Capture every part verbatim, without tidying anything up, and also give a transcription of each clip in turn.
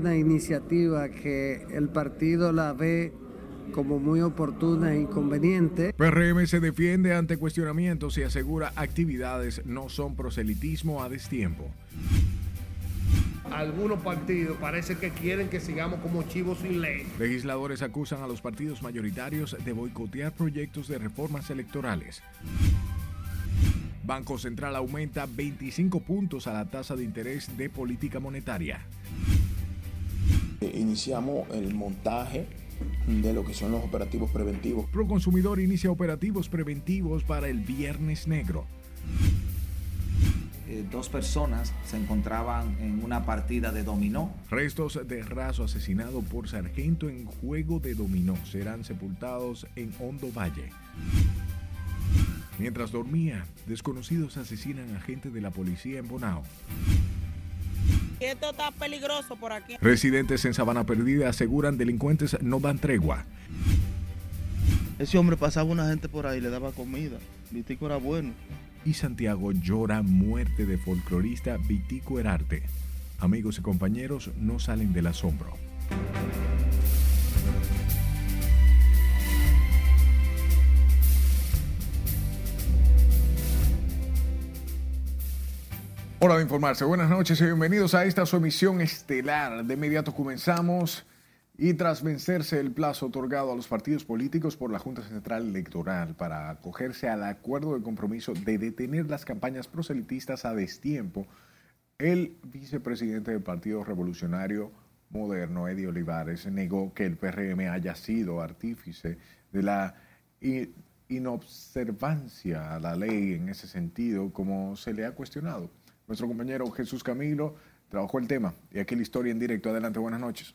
Una iniciativa que el partido la ve como muy oportuna e inconveniente. P R M se defiende ante cuestionamientos y asegura actividades no son proselitismo a destiempo. Algunos partidos parece que quieren que sigamos como chivos sin ley. Legisladores acusan a los partidos mayoritarios de boicotear proyectos de reformas electorales. Banco Central aumenta veinticinco puntos a la tasa de interés de política monetaria. Iniciamos el montaje de lo que son los operativos preventivos. Proconsumidor inicia operativos preventivos para el Viernes Negro. Eh, dos personas se encontraban en una partida de dominó. Restos de raso asesinado por sargento en juego de dominó serán sepultados en Hondo Valle. Mientras dormía, desconocidos asesinan a agente de la policía en Bonao. Esto está peligroso por aquí. Residentes en Sabana Perdida aseguran delincuentes no dan tregua. Ese hombre pasaba una gente por ahí, le daba comida. Vitico era bueno. Y Santiago llora muerte de folclorista Vitico Herarte. Amigos y compañeros no salen del asombro. Hora de informarse. Buenas noches y bienvenidos a esta su emisión estelar. De inmediato comenzamos y tras vencerse el plazo otorgado a los partidos políticos por la Junta Central Electoral para acogerse al acuerdo de compromiso de detener las campañas proselitistas a destiempo, el vicepresidente del Partido Revolucionario Moderno, Eddie Olivares, negó que el P R M haya sido artífice de la inobservancia a la ley en ese sentido, como se le ha cuestionado. Nuestro compañero Jesús Camilo trabajó el tema y aquí la historia en directo. Adelante, buenas noches.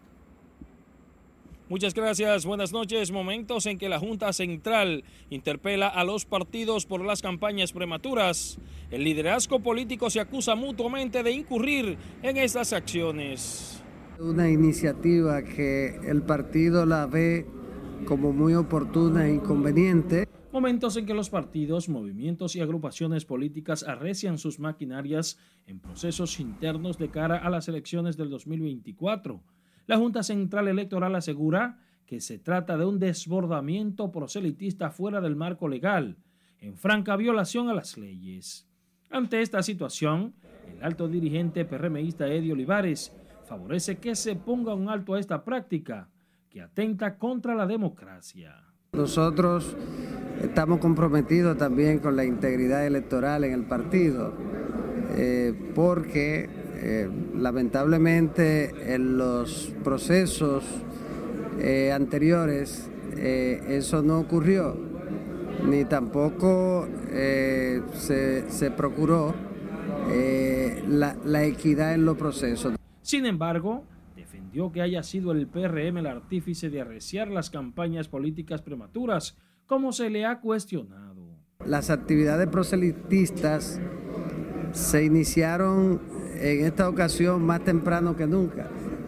Muchas gracias, buenas noches. Momentos en que la Junta Central interpela a los partidos por las campañas prematuras. El liderazgo político se acusa mutuamente de incurrir en estas acciones. Una iniciativa que el partido la ve como muy oportuna e inconveniente. Momentos en que los partidos, movimientos y agrupaciones políticas arrecian sus maquinarias en procesos internos de cara a las elecciones del dos mil veinticuatro. La Junta Central Electoral asegura que se trata de un desbordamiento proselitista fuera del marco legal, en franca violación a las leyes. Ante esta situación, el alto dirigente PRMista Eddie Olivares favorece que se ponga un alto a esta práctica que atenta contra la democracia. Nosotros estamos comprometidos también con la integridad electoral en el partido, eh, porque eh, lamentablemente en los procesos eh, anteriores eh, eso no ocurrió, ni tampoco eh, se, se procuró eh, la, la equidad en los procesos. Sin embargo, defendió que haya sido el P R M el artífice de arreciar las campañas políticas prematuras, como se le ha cuestionado. Las actividades proselitistas se iniciaron en esta ocasión más temprano que nunca.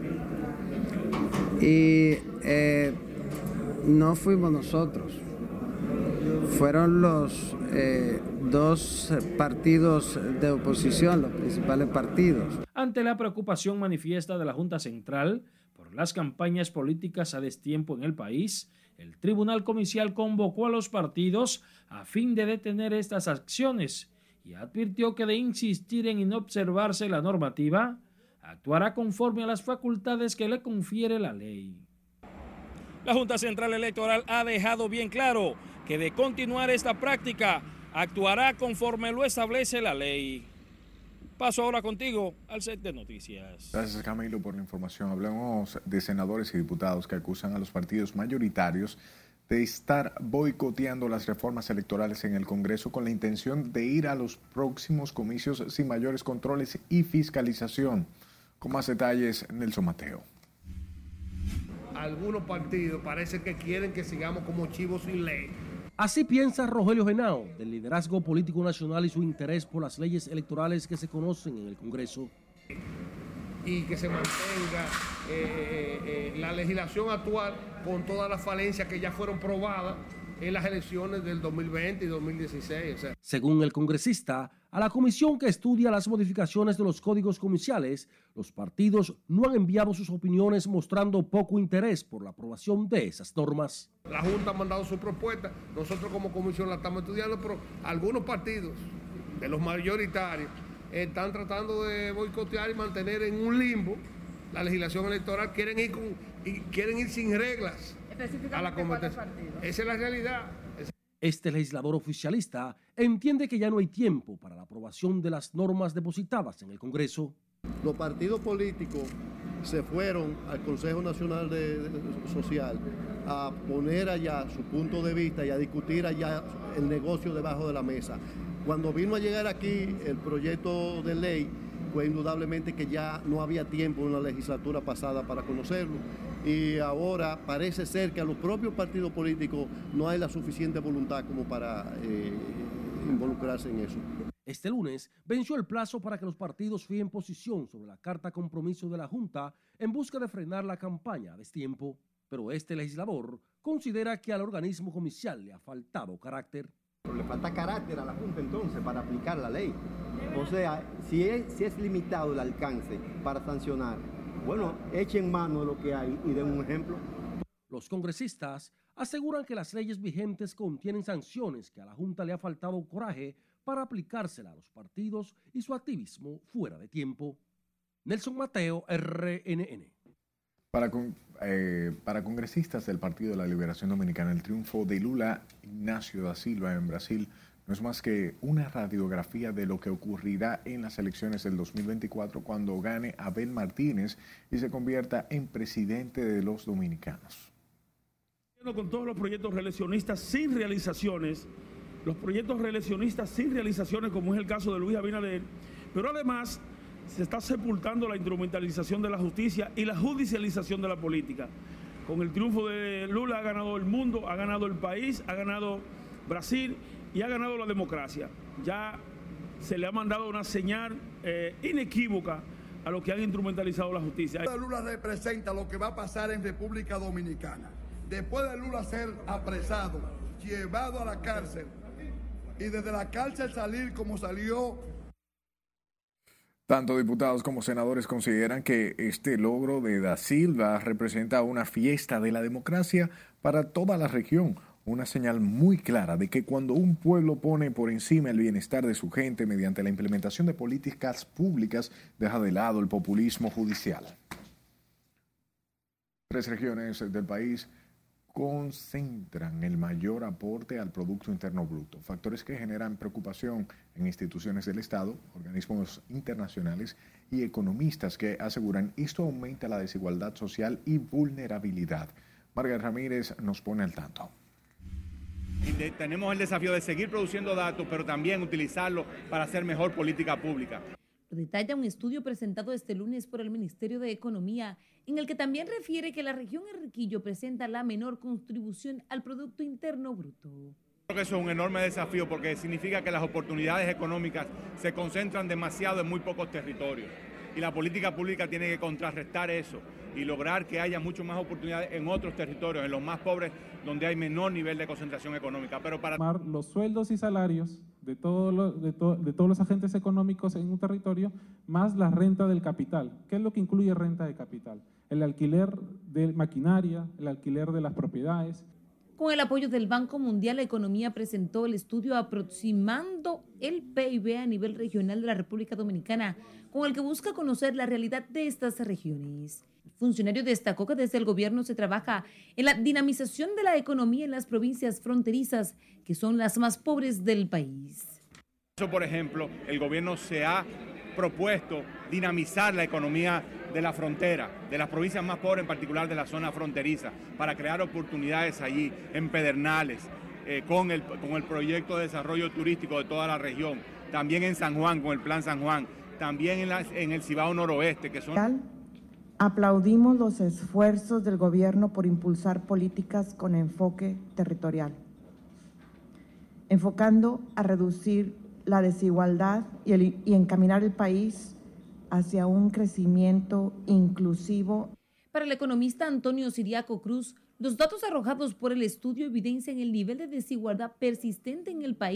Y eh, no fuimos nosotros, fueron los eh, dos partidos de oposición, los principales partidos. Ante la preocupación manifiesta de la Junta Central por las campañas políticas a destiempo en el país, el Tribunal Comicial convocó a los partidos a fin de detener estas acciones y advirtió que de insistir en inobservarse la normativa, actuará conforme a las facultades que le confiere la ley. La Junta Central Electoral ha dejado bien claro que de continuar esta práctica, actuará conforme lo establece la ley. Paso ahora contigo al set de noticias. Gracias, Camilo, por la información. Hablamos de senadores y diputados que acusan a los partidos mayoritarios de estar boicoteando las reformas electorales en el Congreso con la intención de ir a los próximos comicios sin mayores controles y fiscalización. Con más detalles, Nelson Mateo. Algunos partidos parece que quieren que sigamos como chivos sin ley. Así piensa Rogelio Henao, del liderazgo político nacional y su interés por las leyes electorales que se conocen en el Congreso. Y que se mantenga eh, eh, la legislación actual con todas las falencias que ya fueron probadas en las elecciones del dos mil veinte y dos mil dieciséis. O sea. Según el congresista, A la comisión que estudia las modificaciones de los códigos comerciales, los partidos no han enviado sus opiniones mostrando poco interés por la aprobación de esas normas. La Junta ha mandado su propuesta, nosotros como comisión la estamos estudiando, pero algunos partidos de los mayoritarios están tratando de boicotear y mantener en un limbo la legislación electoral, quieren ir, con, y quieren ir sin reglas a la competencia. Esa es la realidad. Este legislador oficialista entiende que ya no hay tiempo para la aprobación de las normas depositadas en el Congreso. Los partidos políticos se fueron al Consejo Nacional de, de, Social a poner allá su punto de vista y a discutir allá el negocio debajo de la mesa. Cuando vino a llegar aquí el proyecto de ley, pues indudablemente que ya no había tiempo en la legislatura pasada para conocerlo. Y ahora parece ser que a los propios partidos políticos no hay la suficiente voluntad como para eh, involucrarse en eso. Este lunes venció el plazo para que los partidos fijen posición sobre la carta compromiso de la Junta en busca de frenar la campaña a destiempo. Pero este legislador considera que al organismo judicial le ha faltado carácter. Le falta carácter a la Junta entonces para aplicar la ley. O sea, si es, si es limitado el alcance para sancionar, bueno, echen mano de lo que hay y den un ejemplo. Los congresistas aseguran que las leyes vigentes contienen sanciones que a la Junta le ha faltado coraje para aplicársela a los partidos y su activismo fuera de tiempo. Nelson Mateo, R N N. Para, con, eh, para congresistas del Partido de la Liberación Dominicana, el triunfo de Lula Inácio da Silva en Brasil no es más que una radiografía de lo que ocurrirá en las elecciones del dos mil veinticuatro cuando gane Abel Martínez y se convierta en presidente de los dominicanos. Con todos los proyectos reeleccionistas sin realizaciones, los proyectos reeleccionistas sin realizaciones, como es el caso de Luis Abinader, pero además se está sepultando la instrumentalización de la justicia y la judicialización de la política. Con el triunfo de Lula ha ganado el mundo, ha ganado el país, ha ganado Brasil y ha ganado la democracia. Ya se le ha mandado una señal eh, inequívoca a los que han instrumentalizado la justicia. Lula representa lo que va a pasar en República Dominicana. Después de Lula ser apresado, llevado a la cárcel y desde la cárcel salir como salió. Tanto diputados como senadores consideran que este logro de Da Silva representa una fiesta de la democracia para toda la región, una señal muy clara de que cuando un pueblo pone por encima el bienestar de su gente mediante la implementación de políticas públicas, deja de lado el populismo judicial. Tres regiones del país concentran el mayor aporte al Producto Interno Bruto, factores que generan preocupación en instituciones del Estado, organismos internacionales y economistas que aseguran esto aumenta la desigualdad social y vulnerabilidad. Margarita Ramírez nos pone al tanto. Tenemos el desafío de seguir produciendo datos, pero también utilizarlo para hacer mejor política pública. Lo detalla un estudio presentado este lunes por el Ministerio de Economía, en el que también refiere que la región Enriquillo presenta la menor contribución al Producto Interno Bruto. Creo que eso es un enorme desafío porque significa que las oportunidades económicas se concentran demasiado en muy pocos territorios. Y la política pública tiene que contrarrestar eso y lograr que haya mucho más oportunidades en otros territorios, en los más pobres, donde hay menor nivel de concentración económica. Pero para los sueldos y salarios de, todo lo, de, to, de todos los agentes económicos en un territorio, más la renta del capital. ¿Qué es lo que incluye renta de capital? El alquiler de maquinaria, el alquiler de las propiedades. Con el apoyo del Banco Mundial, la Economía presentó el estudio aproximando el P I B a nivel regional de la República Dominicana, con el que busca conocer la realidad de estas regiones. El funcionario destacó que desde el gobierno se trabaja en la dinamización de la economía en las provincias fronterizas, que son las más pobres del país. Eso, por ejemplo, el gobierno se ha propuesto dinamizar la economía de la frontera, de las provincias más pobres, en particular de la zona fronteriza, para crear oportunidades allí, en Pedernales, eh, con, el, con el proyecto de desarrollo turístico de toda la región, también en San Juan, con el Plan San Juan, también en, la, en el Cibao Noroeste, que son... Aplaudimos los esfuerzos del gobierno por impulsar políticas con enfoque territorial, enfocando a reducir la desigualdad y, el, y encaminar el país hacia un crecimiento inclusivo. Para el economista Antonio Siriaco Cruz, los datos arrojados por el estudio evidencian el nivel de desigualdad persistente en el país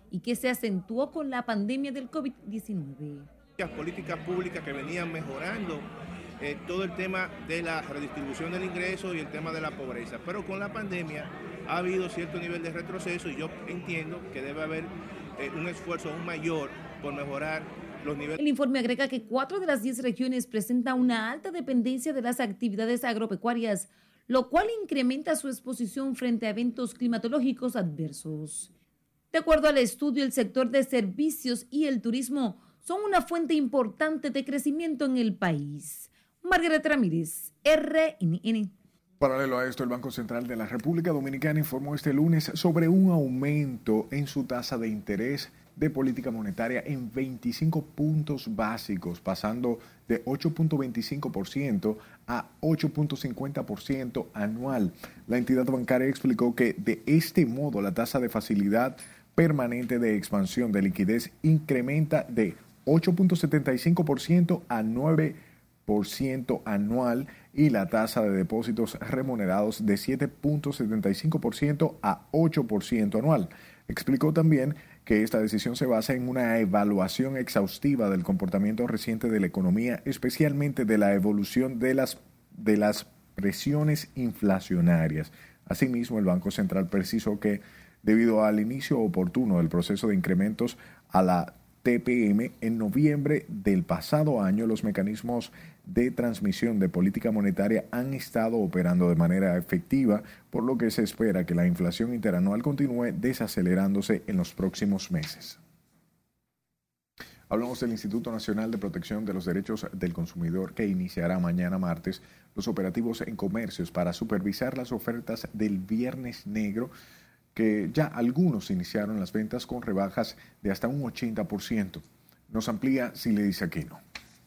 y que se acentuó con la pandemia del COVID diecinueve. Las políticas públicas que venían mejorando eh, todo el tema de la redistribución del ingreso y el tema de la pobreza, pero con la pandemia ha habido cierto nivel de retroceso y yo entiendo que debe haber eh, un esfuerzo aún mayor por mejorar los niveles. El informe agrega que cuatro de las diez regiones presentan una alta dependencia de las actividades agropecuarias, lo cual incrementa su exposición frente a eventos climatológicos adversos. De acuerdo al estudio, el sector de servicios y el turismo son una fuente importante de crecimiento en el país. Margaret Ramírez, R N N. Paralelo a esto, el Banco Central de la República Dominicana informó este lunes sobre un aumento en su tasa de interés de política monetaria en veinticinco puntos básicos, pasando de ocho punto veinticinco por ciento a ocho punto cincuenta por ciento anual. La entidad bancaria explicó que de este modo la tasa de facilidad permanente de expansión de liquidez incrementa de ocho punto setenta y cinco por ciento a nueve por ciento anual y la tasa de depósitos remunerados de siete punto setenta y cinco por ciento a ocho por ciento anual. Explicó también que esta decisión se basa en una evaluación exhaustiva del comportamiento reciente de la economía, especialmente de la evolución de las, de las presiones inflacionarias. Asimismo, el Banco Central precisó que debido al inicio oportuno del proceso de incrementos a la T P M en noviembre del pasado año, los mecanismos de transmisión de política monetaria han estado operando de manera efectiva, por lo que se espera que la inflación interanual continúe desacelerándose en los próximos meses. Hablamos del Instituto Nacional de Protección de los Derechos del Consumidor, que iniciará mañana martes los operativos en comercios para supervisar las ofertas del Viernes Negro, que ya algunos iniciaron las ventas con rebajas de hasta un ochenta por ciento. Nos amplía Siledis Aquino.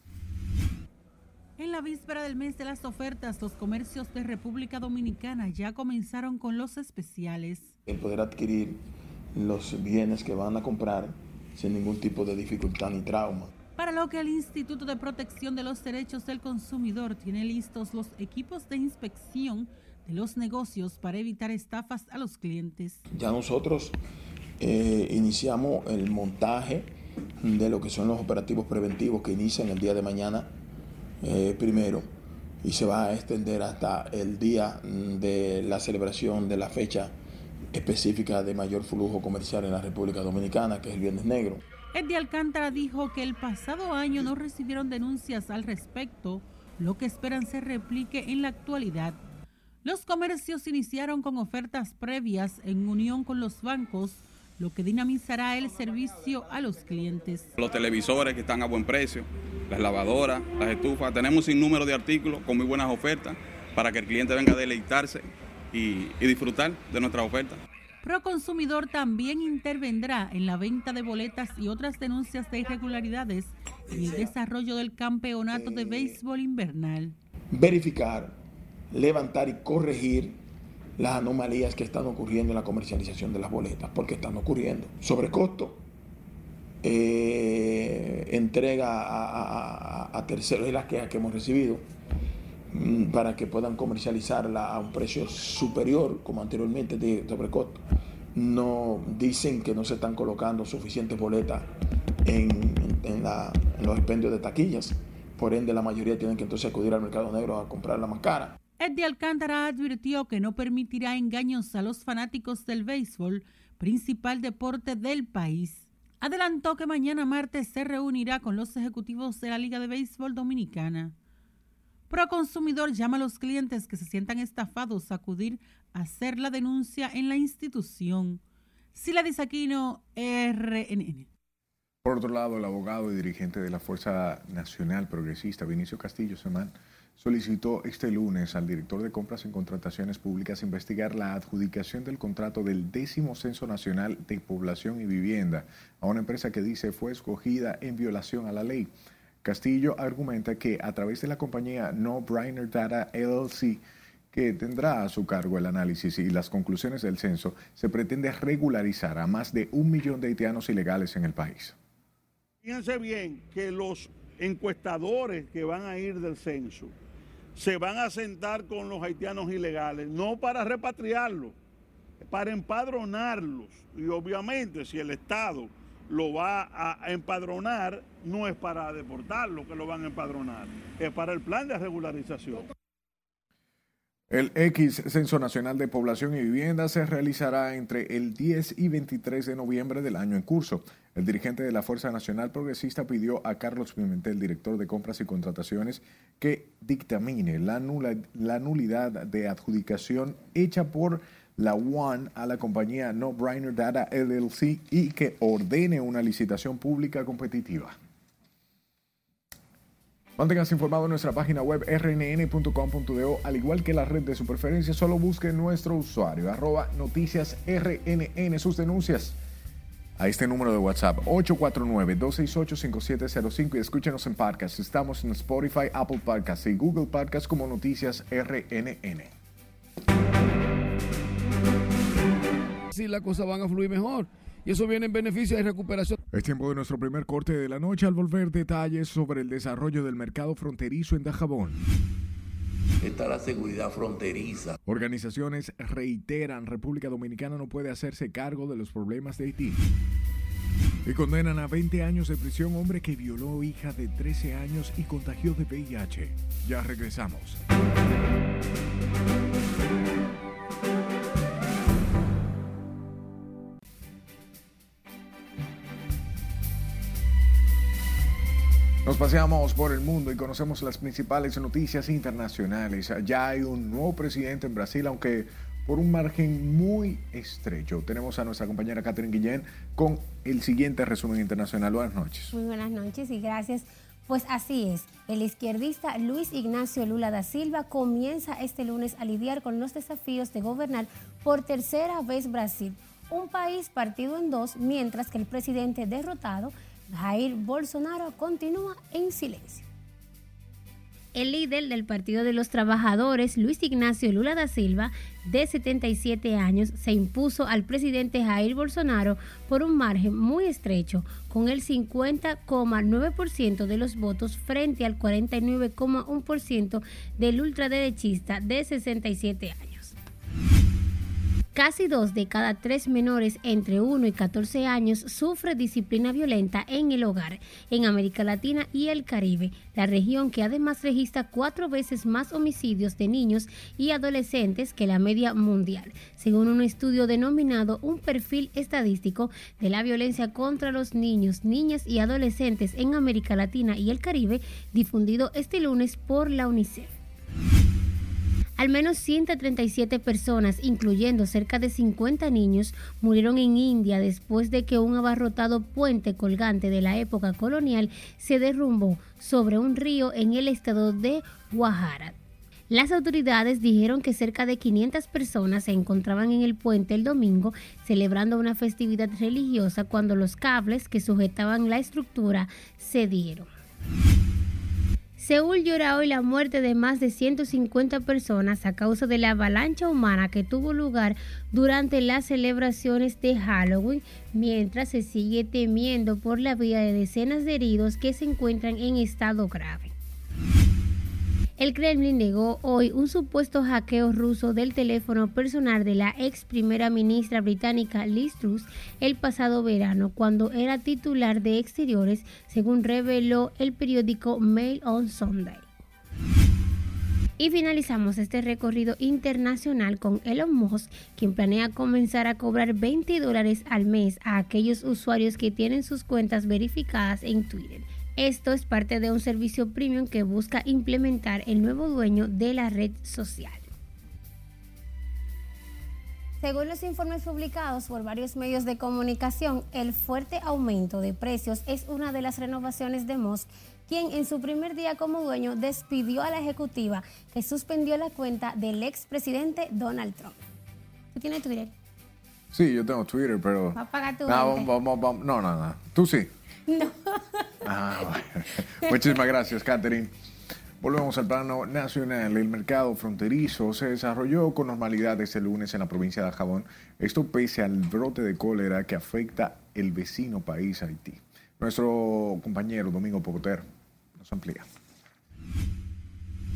En la víspera del mes de las ofertas, los comercios de República Dominicana ya comenzaron con los especiales. El poder adquirir los bienes que van a comprar sin ningún tipo de dificultad ni trauma. Para lo que el Instituto de Protección de los Derechos del Consumidor tiene listos los equipos de inspección de los negocios para evitar estafas a los clientes. Ya nosotros eh, iniciamos el montaje de lo que son los operativos preventivos que inician el día de mañana eh, primero y se va a extender hasta el día de la celebración de la fecha específica de mayor flujo comercial en la República Dominicana, que es el Viernes Negro. Eddie Alcántara dijo que el pasado año no recibieron denuncias al respecto, lo que esperan se replique en la actualidad. Los comercios iniciaron con ofertas previas en unión con los bancos, lo que dinamizará el servicio a los clientes. Los televisores que están a buen precio, las lavadoras, las estufas, tenemos un sinnúmero de artículos con muy buenas ofertas para que el cliente venga a deleitarse y, y disfrutar de nuestras ofertas. Proconsumidor también intervendrá en la venta de boletas y otras denuncias de irregularidades en el desarrollo del campeonato de béisbol invernal. Verificar, levantar y corregir las anomalías que están ocurriendo en la comercialización de las boletas, porque están ocurriendo. Sobrecosto, eh, entrega a, a, a terceros y las quejas que hemos recibido mmm, para que puedan comercializarla a un precio superior, como anteriormente de sobrecosto. No dicen que no se están colocando suficientes boletas en, en, en, la, en los expendios de taquillas, por ende la mayoría tienen que entonces acudir al mercado negro a comprarla más cara. Eddie Alcántara advirtió que no permitirá engaños a los fanáticos del béisbol, principal deporte del país. Adelantó que mañana martes se reunirá con los ejecutivos de la Liga de Béisbol Dominicana. Proconsumidor llama a los clientes que se sientan estafados a acudir a hacer la denuncia en la institución. Siledis Aquino, R N N. Por otro lado, el abogado y dirigente de la Fuerza Nacional Progresista, Vinicio Castillo Semán, solicitó este lunes al director de Compras en Contrataciones Públicas investigar la adjudicación del contrato del décimo Censo Nacional de Población y Vivienda a una empresa que dice fue escogida en violación a la ley. Castillo argumenta que a través de la compañía No Brainer Data L L C, que tendrá a su cargo el análisis y las conclusiones del censo, se pretende regularizar a más de un millón de haitianos ilegales en el país. Fíjense bien que los encuestadores que van a ir del censo se van a sentar con los haitianos ilegales, no para repatriarlos, para empadronarlos. Y obviamente si el Estado lo va a empadronar, no es para deportarlo que lo van a empadronar, es para el plan de regularización. El X Censo Nacional de Población y Vivienda se realizará entre el diez y veintitrés de noviembre del año en curso. El dirigente de la Fuerza Nacional Progresista pidió a Carlos Pimentel, director de Compras y Contrataciones, que dictamine la, nula, la nulidad de adjudicación hecha por la U A N a la compañía No Brainer Data L L C y que ordene una licitación pública competitiva. Manténgase informado en nuestra página web erre ene ene punto com punto do, al igual que la red de su preferencia. Solo busque nuestro usuario, arroba noticias erre ene ene, sus denuncias a este número de WhatsApp, ocho cuatro nueve, dos seis ocho, cinco siete cero cinco, y escúchenos en podcast. Estamos en Spotify, Apple Podcasts y Google Podcasts como Noticias erre ene ene. Sí, las cosas van a fluir mejor. Y eso viene en beneficio de recuperación. Es tiempo de nuestro primer corte de la noche. Al volver, detalles sobre el desarrollo del mercado fronterizo en Dajabón. Está la seguridad fronteriza. Organizaciones reiteran República Dominicana no puede hacerse cargo de los problemas de Haití. Y condenan a veinte años de prisión hombre que violó hija de trece años y contagió de V I H. Ya regresamos. Nos paseamos por el mundo y conocemos las principales noticias internacionales. Ya hay un nuevo presidente en Brasil, aunque por un margen muy estrecho. Tenemos a nuestra compañera Catherine Guillén con el siguiente resumen internacional. Buenas noches. Muy buenas noches y gracias. Pues así es, el izquierdista Luis Ignacio Lula da Silva comienza este lunes a lidiar con los desafíos de gobernar por tercera vez Brasil, un país partido en dos, mientras que el presidente derrotado, Jair Bolsonaro, continúa en silencio. El líder del Partido de los Trabajadores, Luis Ignacio Lula da Silva, de setenta y siete años, se impuso al presidente Jair Bolsonaro por un margen muy estrecho, con el cincuenta coma nueve por ciento de los votos frente al cuarenta y nueve coma uno por ciento del ultraderechista de sesenta y siete años. Casi dos de cada tres menores entre uno y catorce años sufre disciplina violenta en el hogar, en América Latina y el Caribe, la región que además registra cuatro veces más homicidios de niños y adolescentes que la media mundial, según un estudio denominado Un perfil estadístico de la violencia contra los niños, niñas y adolescentes en América Latina y el Caribe, difundido este lunes por la UNICEF. Al menos ciento treinta y siete personas, incluyendo cerca de cincuenta niños, murieron en India después de que un abarrotado puente colgante de la época colonial se derrumbó sobre un río en el estado de Gujarat. Las autoridades dijeron que cerca de quinientas personas se encontraban en el puente el domingo celebrando una festividad religiosa cuando los cables que sujetaban la estructura cedieron. Seúl llora hoy la muerte de más de ciento cincuenta personas a causa de la avalancha humana que tuvo lugar durante las celebraciones de Halloween, mientras se sigue temiendo por la vida de decenas de heridos que se encuentran en estado grave. El Kremlin negó hoy un supuesto hackeo ruso del teléfono personal de la ex primera ministra británica Liz Truss el pasado verano, cuando era titular de Exteriores, según reveló el periódico Mail on Sunday. Y finalizamos este recorrido internacional con Elon Musk, quien planea comenzar a cobrar veinte dólares al mes a aquellos usuarios que tienen sus cuentas verificadas en Twitter. Esto es parte de un servicio premium que busca implementar el nuevo dueño de la red social. Según los informes publicados por varios medios de comunicación, el fuerte aumento de precios es una de las renovaciones de Musk, quien en su primer día como dueño despidió a la ejecutiva que suspendió la cuenta del expresidente Donald Trump. ¿Tú tienes Twitter? Sí, yo tengo Twitter, pero... ¿Va a pagar tu no, vamos, vamos, vamos. no, no, no. ¿Tú sí? No. Ah, bueno. Muchísimas gracias, Catherine. Volvemos al plano nacional. El mercado fronterizo se desarrolló con normalidad este lunes en la provincia de Dajabón. Esto pese al brote de cólera que afecta el vecino país Haití. Nuestro compañero Domingo Popoter nos amplía.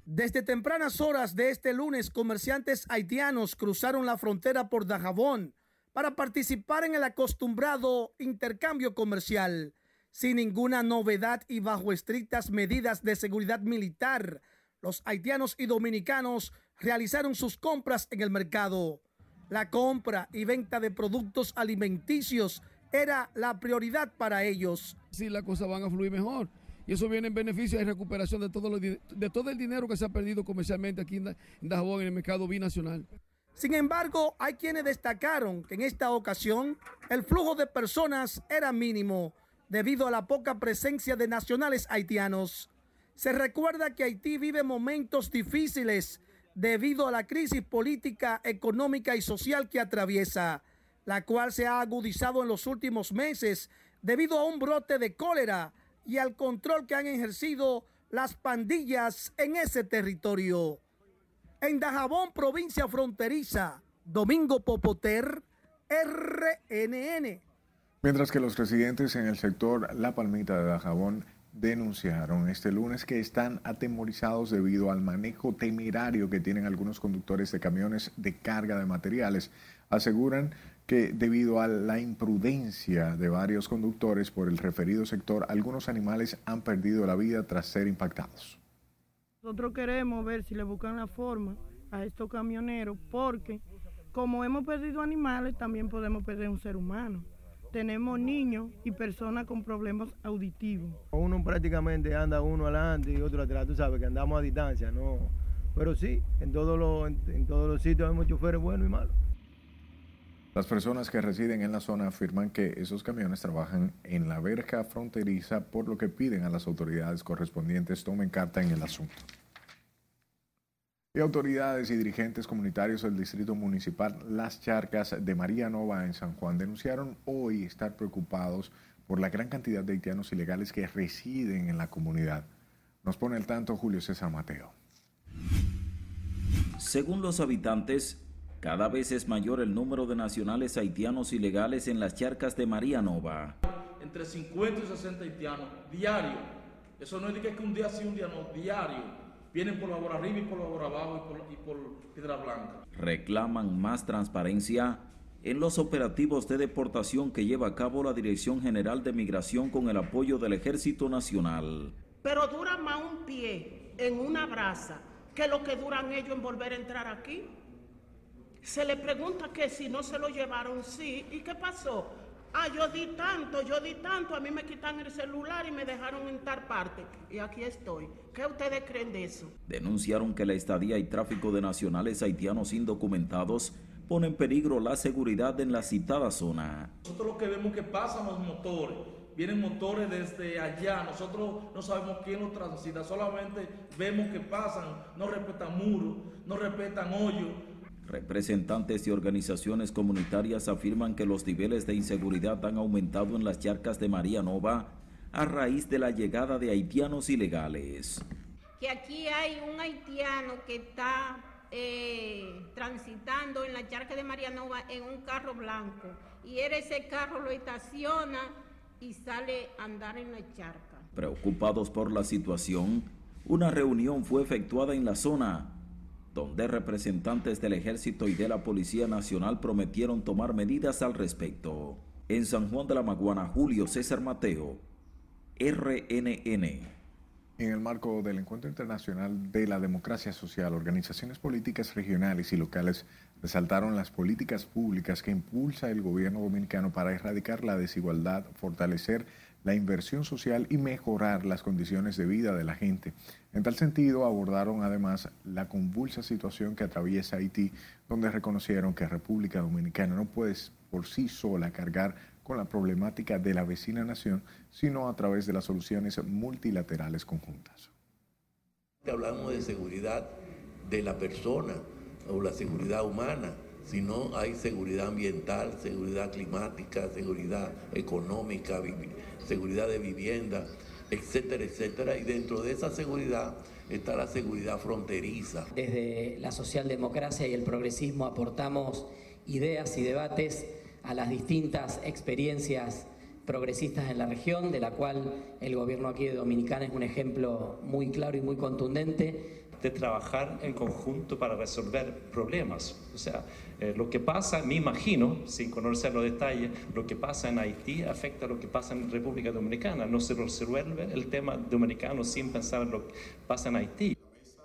Desde tempranas horas de este lunes, comerciantes haitianos cruzaron la frontera por Dajabón para participar en el acostumbrado intercambio comercial. Sin ninguna novedad y bajo estrictas medidas de seguridad militar, los haitianos y dominicanos realizaron sus compras en el mercado. La compra y venta de productos alimenticios era la prioridad para ellos. Sí, las cosas van a fluir mejor. Y eso viene en beneficio de recuperación de todo, lo, de todo el dinero que se ha perdido comercialmente aquí en Dajabón, en el mercado binacional. Sin embargo, hay quienes destacaron que en esta ocasión el flujo de personas era mínimo debido a la poca presencia de nacionales haitianos. Se recuerda que Haití vive momentos difíciles debido a la crisis política, económica y social que atraviesa, la cual se ha agudizado en los últimos meses debido a un brote de cólera y al control que han ejercido las pandillas en ese territorio. En Dajabón, provincia fronteriza, Domingo Popoter, R N N. Mientras que los residentes en el sector La Palmita de Dajabón denunciaron este lunes que están atemorizados debido al manejo temerario que tienen algunos conductores de camiones de carga de materiales. Aseguran que debido a la imprudencia de varios conductores por el referido sector, algunos animales han perdido la vida tras ser impactados. Nosotros queremos ver si le buscan la forma a estos camioneros, porque como hemos perdido animales, también podemos perder un ser humano. Tenemos niños y personas con problemas auditivos. Uno prácticamente anda uno adelante y otro atrás, tú sabes que andamos a distancia, ¿no? Pero sí, en todos los, en, en todos los sitios hay choferes buenos y malos. Las personas que residen en la zona afirman que esos camiones trabajan en la verja fronteriza, por lo que piden a las autoridades correspondientes tomen carta en el asunto. Y autoridades y dirigentes comunitarios del distrito municipal Las Charcas de María Nova en San Juan denunciaron hoy estar preocupados por la gran cantidad de haitianos ilegales que residen en la comunidad. Nos pone al tanto Julio César Mateo. Según los habitantes, cada vez es mayor el número de nacionales haitianos ilegales en las charcas de María Nova. Entre cincuenta y sesenta haitianos diario. Eso no es de que un día sí, un día no, diario. Vienen por la por arriba y por la por abajo y por, y por Piedra Blanca. Reclaman más transparencia en los operativos de deportación que lleva a cabo la Dirección General de Migración con el apoyo del Ejército Nacional. Pero dura más un pie en una brasa que lo que duran ellos en volver a entrar aquí. Se le pregunta que si no se lo llevaron, sí. ¿Y qué pasó? Ah, yo di tanto, yo di tanto, a mí me quitan el celular y me dejaron en tal parte. Y aquí estoy. ¿Qué ustedes creen de eso? Denunciaron que la estadía y tráfico de nacionales haitianos indocumentados pone en peligro la seguridad en la citada zona. Nosotros lo que vemos que pasan los motores. Vienen motores desde allá, nosotros no sabemos quién los transita, solamente vemos que pasan, no respetan muros, no respetan hoyos. Representantes de organizaciones comunitarias afirman que los niveles de inseguridad han aumentado en las charcas de María Nova a raíz de la llegada de haitianos ilegales. Que aquí hay un haitiano que está eh, transitando en la charca de María Nova en un carro blanco y él ese carro lo estaciona y sale a andar en la charca. Preocupados por la situación, una reunión fue efectuada en la zona, donde representantes del Ejército y de la Policía Nacional prometieron tomar medidas al respecto. En San Juan de la Maguana, Julio César Mateo, R N N. En el marco del Encuentro Internacional de la Democracia Social, organizaciones políticas regionales y locales resaltaron las políticas públicas que impulsa el gobierno dominicano para erradicar la desigualdad, fortalecer la inversión social y mejorar las condiciones de vida de la gente. En tal sentido, abordaron además la convulsa situación que atraviesa Haití, donde reconocieron que República Dominicana no puede por sí sola cargar con la problemática de la vecina nación, sino a través de las soluciones multilaterales conjuntas. Hablamos de seguridad de la persona o la seguridad humana, sino hay seguridad ambiental, seguridad climática, seguridad económica, seguridad de vivienda, etcétera, etcétera. Y dentro de esa seguridad está la seguridad fronteriza. Desde la socialdemocracia y el progresismo aportamos ideas y debates a las distintas experiencias progresistas en la región, de la cual el gobierno aquí de Dominicana es un ejemplo muy claro y muy contundente. de trabajar en conjunto para resolver problemas. O sea, eh, lo que pasa, me imagino, sin conocer los detalles, lo que pasa en Haití afecta a lo que pasa en República Dominicana. No se resuelve el tema dominicano sin pensar en lo que pasa en Haití.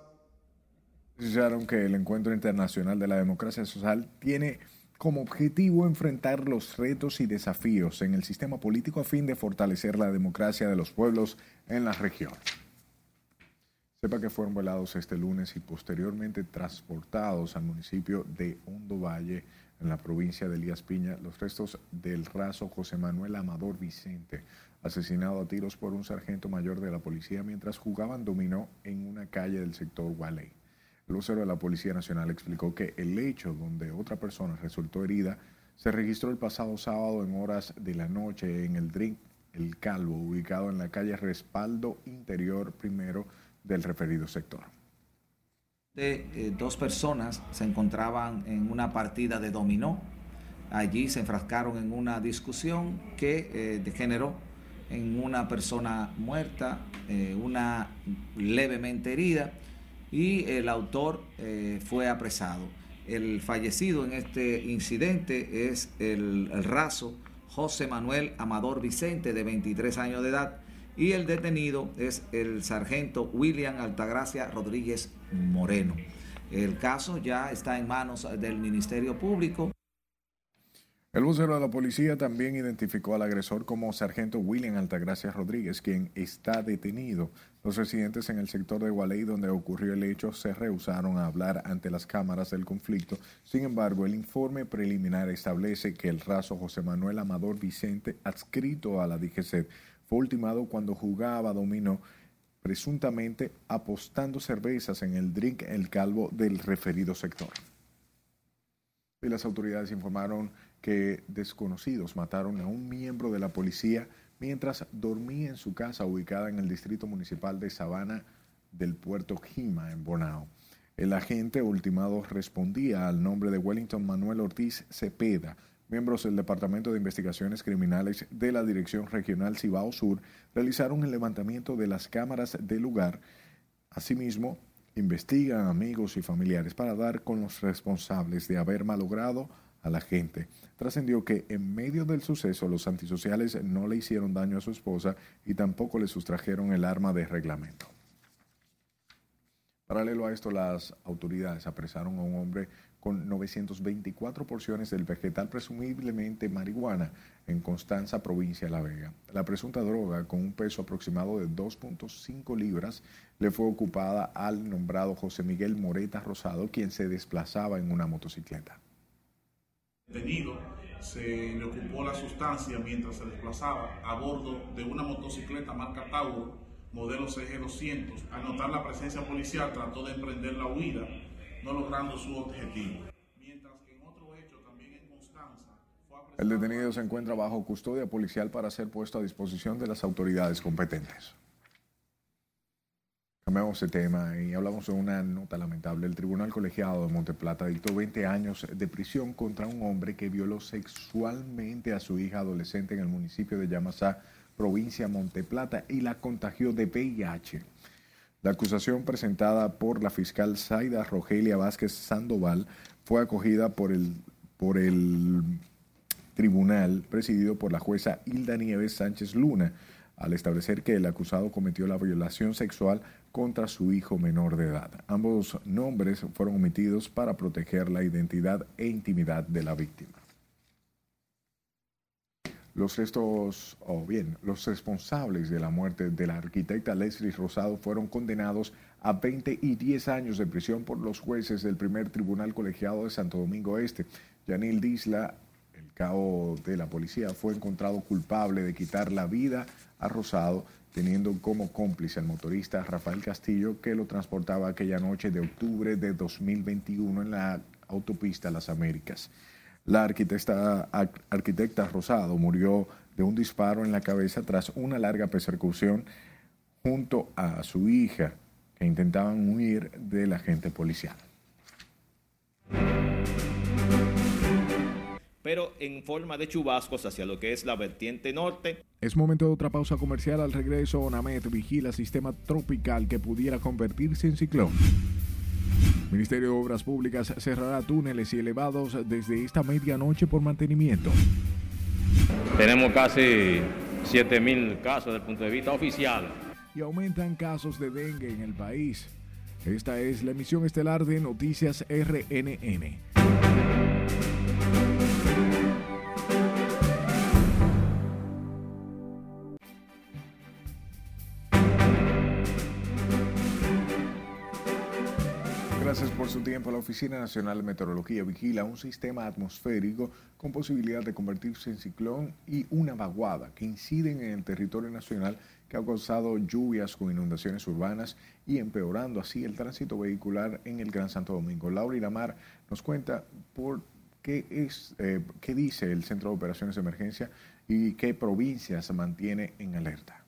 Precisaron que el Encuentro Internacional de la Democracia Social tiene como objetivo enfrentar los retos y desafíos en el sistema político a fin de fortalecer la democracia de los pueblos en la región. Sepa que fueron velados este lunes y posteriormente transportados al municipio de Hondo Valle, en la provincia de Elías Piña, los restos del raso José Manuel Amador Vicente, asesinado a tiros por un sargento mayor de la policía mientras jugaban dominó en una calle del sector Gualey. El vocero de la Policía Nacional explicó que el hecho donde otra persona resultó herida se registró el pasado sábado en horas de la noche en el Drink El Calvo, ubicado en la calle Respaldo Interior Primero del referido sector. De, eh, dos personas se encontraban en una partida de dominó. Allí se enfrascaron en una discusión que eh, degeneró en una persona muerta, eh, una levemente herida, y el autor eh, fue apresado. El fallecido en este incidente es el, el raso José Manuel Amador Vicente, de veintitrés años de edad, y el detenido es el sargento William Altagracia Rodríguez Moreno. El caso ya está en manos del Ministerio Público. El vocero de la policía también identificó al agresor como sargento William Altagracia Rodríguez, quien está detenido. Los residentes en el sector de Gualey, donde ocurrió el hecho, se rehusaron a hablar ante las cámaras del conflicto. Sin embargo, el informe preliminar establece que el raso José Manuel Amador Vicente, adscrito a la D G C E T, fue ultimado cuando jugaba dominó, presuntamente apostando cervezas en el Drink El Calvo del referido sector. Y las autoridades informaron que desconocidos mataron a un miembro de la policía mientras dormía en su casa ubicada en el distrito municipal de Sabana del Puerto Jima, en Bonao. El agente ultimado respondía al nombre de Wellington Manuel Ortiz Cepeda. Miembros del Departamento de Investigaciones Criminales de la Dirección Regional Cibao Sur realizaron el levantamiento de las cámaras del lugar. Asimismo, investigan amigos y familiares para dar con los responsables de haber malogrado a la gente. Trascendió que en medio del suceso los antisociales no le hicieron daño a su esposa y tampoco le sustrajeron el arma de reglamento. Paralelo a esto, las autoridades apresaron a un hombre con novecientas veinticuatro porciones del vegetal presumiblemente marihuana en Constanza, provincia de La Vega. La presunta droga, con un peso aproximado de dos punto cinco libras, le fue ocupada al nombrado José Miguel Moreta Rosado, quien se desplazaba en una motocicleta. Detenido, se le ocupó la sustancia mientras se desplazaba a bordo de una motocicleta marca Tauro, modelo C G doscientos. Al notar la presencia policial, trató de emprender la huida, no logrando su objetivo. Mientras que en otro hecho, también en Constanza, fue apresado. El detenido se encuentra bajo custodia policial para ser puesto a disposición de las autoridades competentes. Cambiamos de tema y hablamos de una nota lamentable. El Tribunal Colegiado de Monteplata dictó veinte años de prisión contra un hombre que violó sexualmente a su hija adolescente en el municipio de Yamasá, provincia de Monteplata, y la contagió de V I H. La acusación presentada por la fiscal Zaida Rogelia Vázquez Sandoval fue acogida por el, por el tribunal presidido por la jueza Hilda Nieves Sánchez Luna, al establecer que el acusado cometió la violación sexual contra su hijo menor de edad. Ambos nombres fueron omitidos para proteger la identidad e intimidad de la víctima. Los restos, o bien, los responsables de la muerte de la arquitecta Leslie Rosado fueron condenados a veinte y diez años de prisión por los jueces del primer tribunal colegiado de Santo Domingo Este. Yanil Disla, el cabo de la policía, fue encontrado culpable de quitar la vida a Rosado, teniendo como cómplice al motorista Rafael Castillo, que lo transportaba aquella noche de octubre de dos mil veintiuno en la autopista Las Américas. La arquitecta, arquitecta Rosado murió de un disparo en la cabeza tras una larga persecución junto a su hija, que intentaban huir del agente policial. pero en forma de chubascos hacia lo que es la vertiente norte. Es momento de otra pausa comercial. Al regreso, ONAMED vigila sistema tropical que pudiera convertirse en ciclón. Ministerio de Obras Públicas cerrará túneles y elevados desde esta medianoche por mantenimiento. Tenemos casi siete mil casos desde el punto de vista oficial. Y aumentan casos de dengue en el país. Esta es la emisión estelar de Noticias R N N. Gracias por su tiempo. La Oficina Nacional de Meteorología vigila un sistema atmosférico con posibilidad de convertirse en ciclón y una vaguada que inciden en el territorio nacional, que ha causado lluvias con inundaciones urbanas y empeorando así el tránsito vehicular en el Gran Santo Domingo. Laura Iramar nos cuenta por qué, es, eh, qué dice el Centro de Operaciones de Emergencia y qué provincias se mantiene en alerta.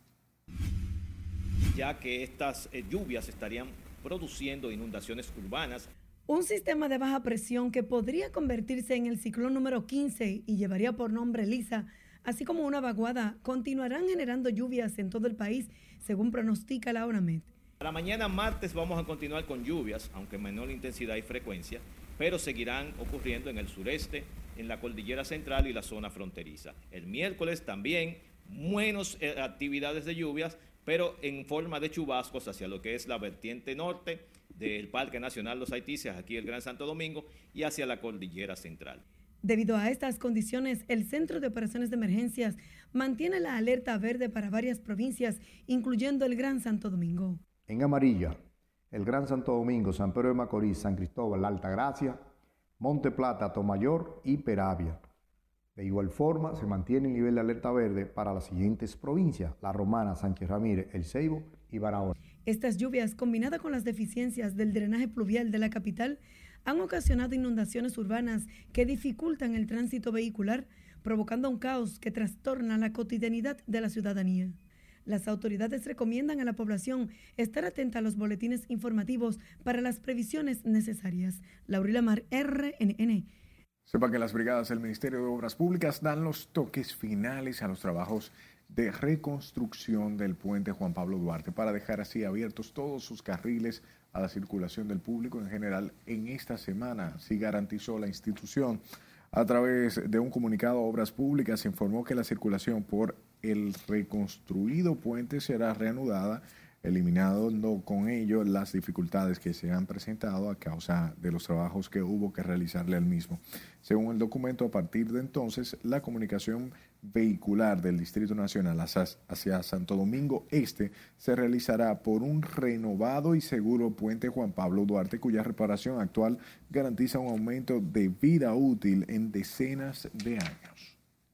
Ya que estas eh, lluvias estarían produciendo inundaciones urbanas. Un sistema de baja presión que podría convertirse en el ciclón número quince y llevaría por nombre Lisa, así como una vaguada, continuarán generando lluvias en todo el país, según pronostica la ONAMED. Para mañana martes vamos a continuar con lluvias, aunque en menor intensidad y frecuencia, pero seguirán ocurriendo en el sureste, en la cordillera central y la zona fronteriza. El miércoles también menos eh, actividades de lluvias, pero en forma de chubascos hacia lo que es la vertiente norte del Parque Nacional Los Haitises, aquí el Gran Santo Domingo, y hacia la cordillera central. Debido a estas condiciones, el Centro de Operaciones de Emergencias mantiene la alerta verde para varias provincias, incluyendo el Gran Santo Domingo. En amarilla, el Gran Santo Domingo, San Pedro de Macorís, San Cristóbal, La Altagracia, Monte Plata, Atomayor y Peravia. De igual forma, se mantiene el nivel de alerta verde para las siguientes provincias: La Romana, Sánchez Ramírez, El Ceibo y Barahona. Estas lluvias, combinadas con las deficiencias del drenaje pluvial de la capital, han ocasionado inundaciones urbanas que dificultan el tránsito vehicular, provocando un caos que trastorna la cotidianidad de la ciudadanía. Las autoridades recomiendan a la población estar atenta a los boletines informativos para las previsiones necesarias. Laurila Mar, R N N. Sepa que las brigadas del Ministerio de Obras Públicas dan los toques finales a los trabajos de reconstrucción del puente Juan Pablo Duarte para dejar así abiertos todos sus carriles a la circulación del público en general en esta semana, así garantizó la institución. A través de un comunicado, Obras Públicas informó que la circulación por el reconstruido puente será reanudada, eliminando con ello las dificultades que se han presentado a causa de los trabajos que hubo que realizarle al mismo. Según el documento, a partir de entonces, la comunicación vehicular del Distrito Nacional hacia Santo Domingo Este se realizará por un renovado y seguro puente Juan Pablo Duarte, cuya reparación actual garantiza un aumento de vida útil en decenas de años.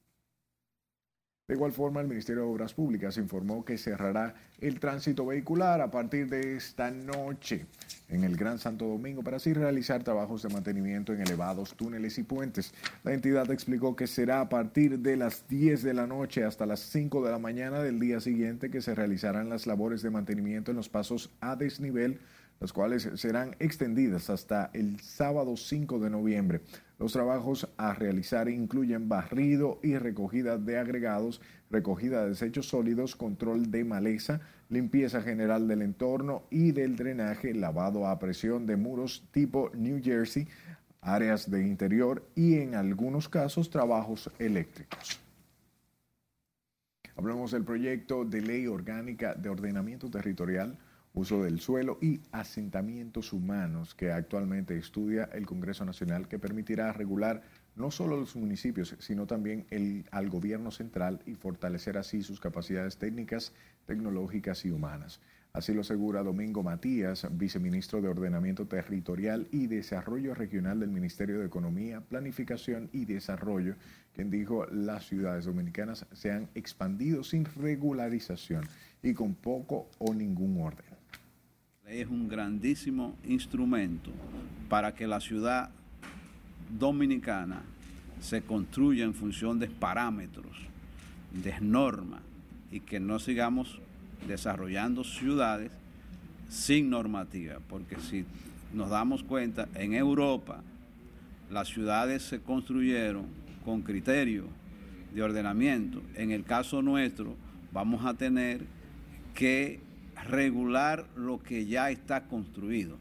De igual forma, el Ministerio de Obras Públicas informó que cerrará el tránsito vehicular a partir de esta noche en el Gran Santo Domingo para así realizar trabajos de mantenimiento en elevados, túneles y puentes. La entidad explicó que será a partir de las diez de la noche hasta las cinco de la mañana del día siguiente que se realizarán las labores de mantenimiento en los pasos a desnivel, las cuales serán extendidas hasta el sábado cinco de noviembre. Los trabajos a realizar incluyen barrido y recogida de agregados, recogida de desechos sólidos, control de maleza, limpieza general del entorno y del drenaje, lavado a presión de muros tipo New Jersey, áreas de interior y en algunos casos trabajos eléctricos. Hablamos del proyecto de ley orgánica de ordenamiento territorial, uso del suelo y asentamientos humanos que actualmente estudia el Congreso Nacional, que permitirá regular no solo los municipios, sino también el, al gobierno central y fortalecer así sus capacidades técnicas, tecnológicas y humanas. Así lo asegura Domingo Matías, viceministro de Ordenamiento Territorial y Desarrollo Regional del Ministerio de Economía, Planificación y Desarrollo, quien dijo las ciudades dominicanas se han expandido sin regularización y con poco o ningún orden. Es un grandísimo instrumento para que la ciudad dominicana se construya en función de parámetros, de normas, y que no sigamos desarrollando ciudades sin normativa, porque si nos damos cuenta, en Europa las ciudades se construyeron con criterio de ordenamiento. En el caso nuestro, vamos a tener que regular lo que ya está construido.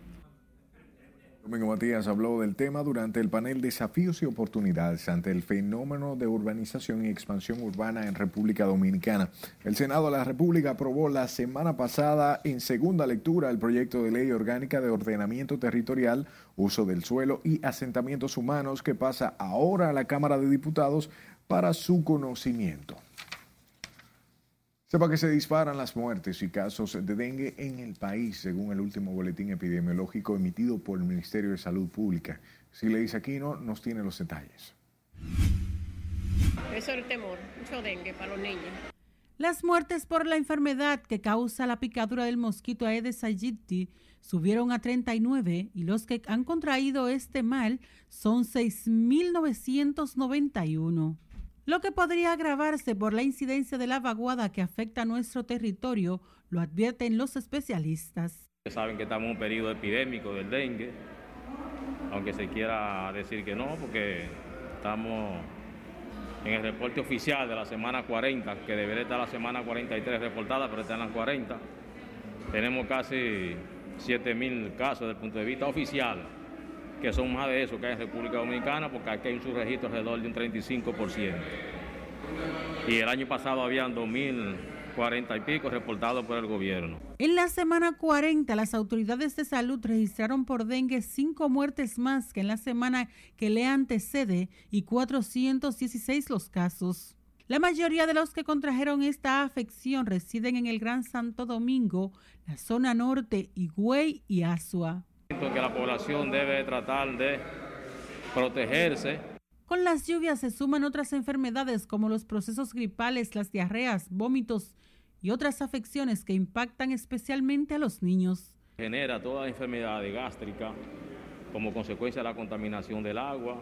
Domingo Matías habló del tema durante el panel Desafíos y Oportunidades ante el fenómeno de urbanización y expansión urbana en República Dominicana. El Senado de la República aprobó la semana pasada en segunda lectura el proyecto de ley orgánica de ordenamiento territorial, uso del suelo y asentamientos humanos que pasa ahora a la Cámara de Diputados para su conocimiento. Sepa que se disparan las muertes y casos de dengue en el país, según el último boletín epidemiológico emitido por el Ministerio de Salud Pública. Sileis Aquino nos tiene los detalles. Eso es el temor, mucho dengue para los niños. Las muertes por la enfermedad que causa la picadura del mosquito Aedes aegypti subieron a treinta y nueve y los que han contraído este mal son seis mil novecientos noventa y uno. Lo que podría agravarse por la incidencia de la vaguada que afecta a nuestro territorio, lo advierten los especialistas. Saben que estamos en un periodo epidémico del dengue, aunque se quiera decir que no, porque estamos en el reporte oficial de la semana cuarenta, que debería estar la semana cuarenta y tres reportada, pero está en las cuarenta. Tenemos casi siete mil casos desde el punto de vista oficial, que son más de eso que hay en República Dominicana, porque aquí hay un subregistro alrededor de un treinta y cinco por ciento. Y el año pasado habían dos mil cuarenta y pico reportados por el gobierno. En la semana cuarenta, las autoridades de salud registraron por dengue cinco muertes más que en la semana que le antecede y cuatrocientos dieciséis los casos. La mayoría de los que contrajeron esta afección residen en el Gran Santo Domingo, la zona norte, Higüey y Azua. Que la población debe tratar de protegerse. Con las lluvias se suman otras enfermedades como los procesos gripales, las diarreas, vómitos y otras afecciones que impactan especialmente a los niños. Genera toda enfermedad gástrica como consecuencia de la contaminación del agua,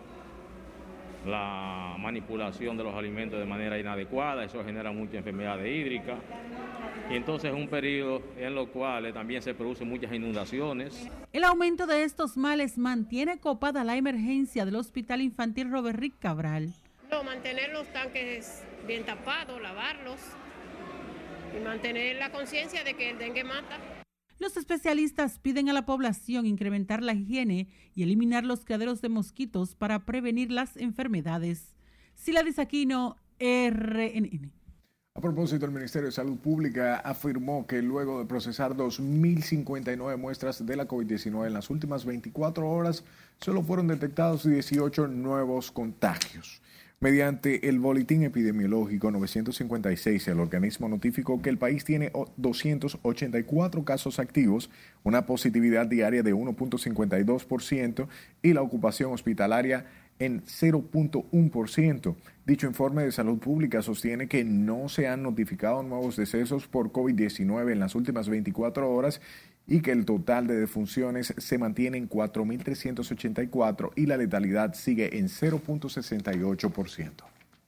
la manipulación de los alimentos de manera inadecuada, eso genera mucha enfermedad hídrica. Y entonces es un periodo en lo cual también se producen muchas inundaciones. El aumento de estos males mantiene copada la emergencia del Hospital Infantil Robert Rick Cabral. No, mantener los tanques bien tapados, lavarlos y mantener la conciencia de que el dengue mata. Los especialistas piden a la población incrementar la higiene y eliminar los criaderos de mosquitos para prevenir las enfermedades. Siladis Aquino, R N N. A propósito, el Ministerio de Salud Pública afirmó que luego de procesar dos mil cincuenta y nueve muestras de la COVID diecinueve en las últimas veinticuatro horas, solo fueron detectados dieciocho nuevos contagios. Mediante el boletín epidemiológico novecientos cincuenta y seis, el organismo notificó que el país tiene doscientos ochenta y cuatro casos activos, una positividad diaria de uno punto cincuenta y dos por ciento y la ocupación hospitalaria en cero punto uno por ciento. Dicho informe de salud pública sostiene que no se han notificado nuevos decesos por COVID diecinueve en las últimas veinticuatro horas y que el total de defunciones se mantiene en cuatro mil trescientos ochenta y cuatro y la letalidad sigue en cero punto sesenta y ocho por ciento.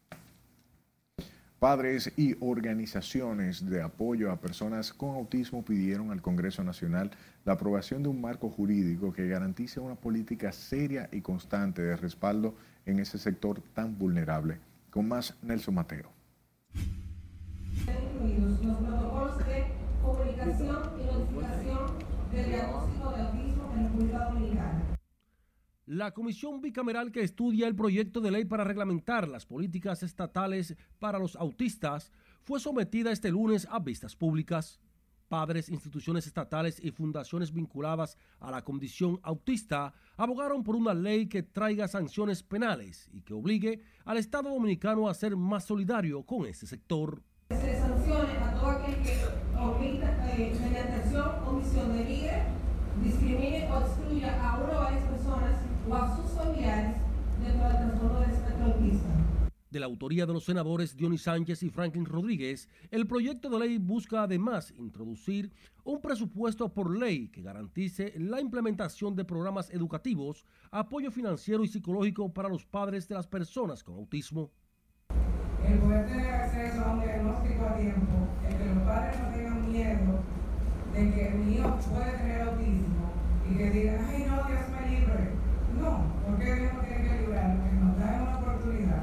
Padres y organizaciones de apoyo a personas con autismo pidieron al Congreso Nacional la aprobación de un marco jurídico que garantice una política seria y constante de respaldo en ese sector tan vulnerable. Con más, Nelson Mateo. Incluidos los protocolos de comunicación y notificación del diagnóstico de autismo en República Dominicana. La comisión bicameral que estudia el proyecto de ley para reglamentar las políticas estatales para los autistas fue sometida este lunes a vistas públicas. Padres, instituciones estatales y fundaciones vinculadas a la condición autista abogaron por una ley que traiga sanciones penales y que obligue al Estado dominicano a ser más solidario con este sector. Se sancione a todo aquel que omita, eh, mediante acción, omisión, denigre, discrimine o excluya a una o varias personas o a sus familiares dentro del trastorno del espectro autista. De la autoría de los senadores Dionis Sánchez y Franklin Rodríguez, el proyecto de ley busca además introducir un presupuesto por ley que garantice la implementación de programas educativos, apoyo financiero y psicológico para los padres de las personas con autismo. El poder tener acceso a un diagnóstico a tiempo, el que los padres no tengan miedo de que mi hijo puede tener autismo y que digan, ay no, Dios me libre. No, porque Dios no tiene que librarlo, que nos da una oportunidad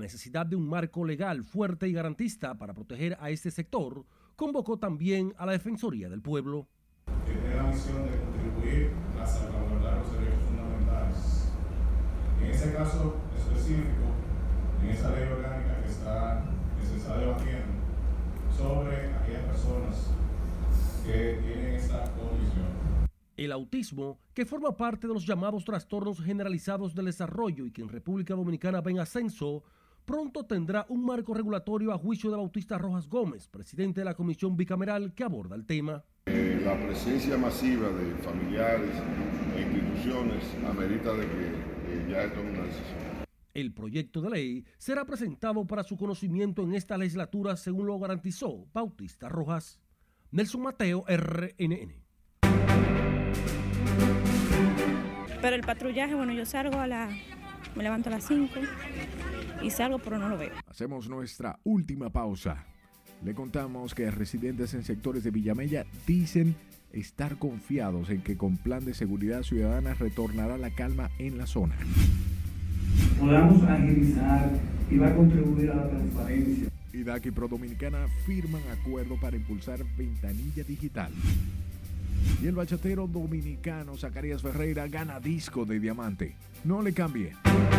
necesidad de un marco legal fuerte y garantista para proteger a este sector, convocó también a la Defensoría del Pueblo. Que tiene la misión de contribuir a salvaguardar los derechos fundamentales. En ese caso específico, en esa ley orgánica que, está, que se está debatiendo sobre aquellas personas que tienen esta condición. El autismo, que forma parte de los llamados trastornos generalizados del desarrollo y que en República Dominicana va en ascenso, pronto tendrá un marco regulatorio a juicio de Bautista Rojas Gómez, presidente de la comisión bicameral que aborda el tema. Eh, la presencia masiva de familiares e instituciones amerita de que eh, ya esto es una decisión. El proyecto de ley será presentado para su conocimiento en esta legislatura, según lo garantizó Bautista Rojas. Nelson Mateo, R N N. Pero el patrullaje, bueno, yo salgo a la... me levanto a las cinco y salgo, pero no lo veo. Hacemos nuestra última pausa. Le contamos que residentes en sectores de Villamella dicen estar confiados en que con plan de seguridad ciudadana retornará la calma en la zona. Podamos agilizar y va a contribuir a la transparencia. I D A C y Prodominicana firman acuerdo para impulsar ventanilla digital. Y el bachatero dominicano Zacarías Ferreira gana disco de diamante. No le cambie.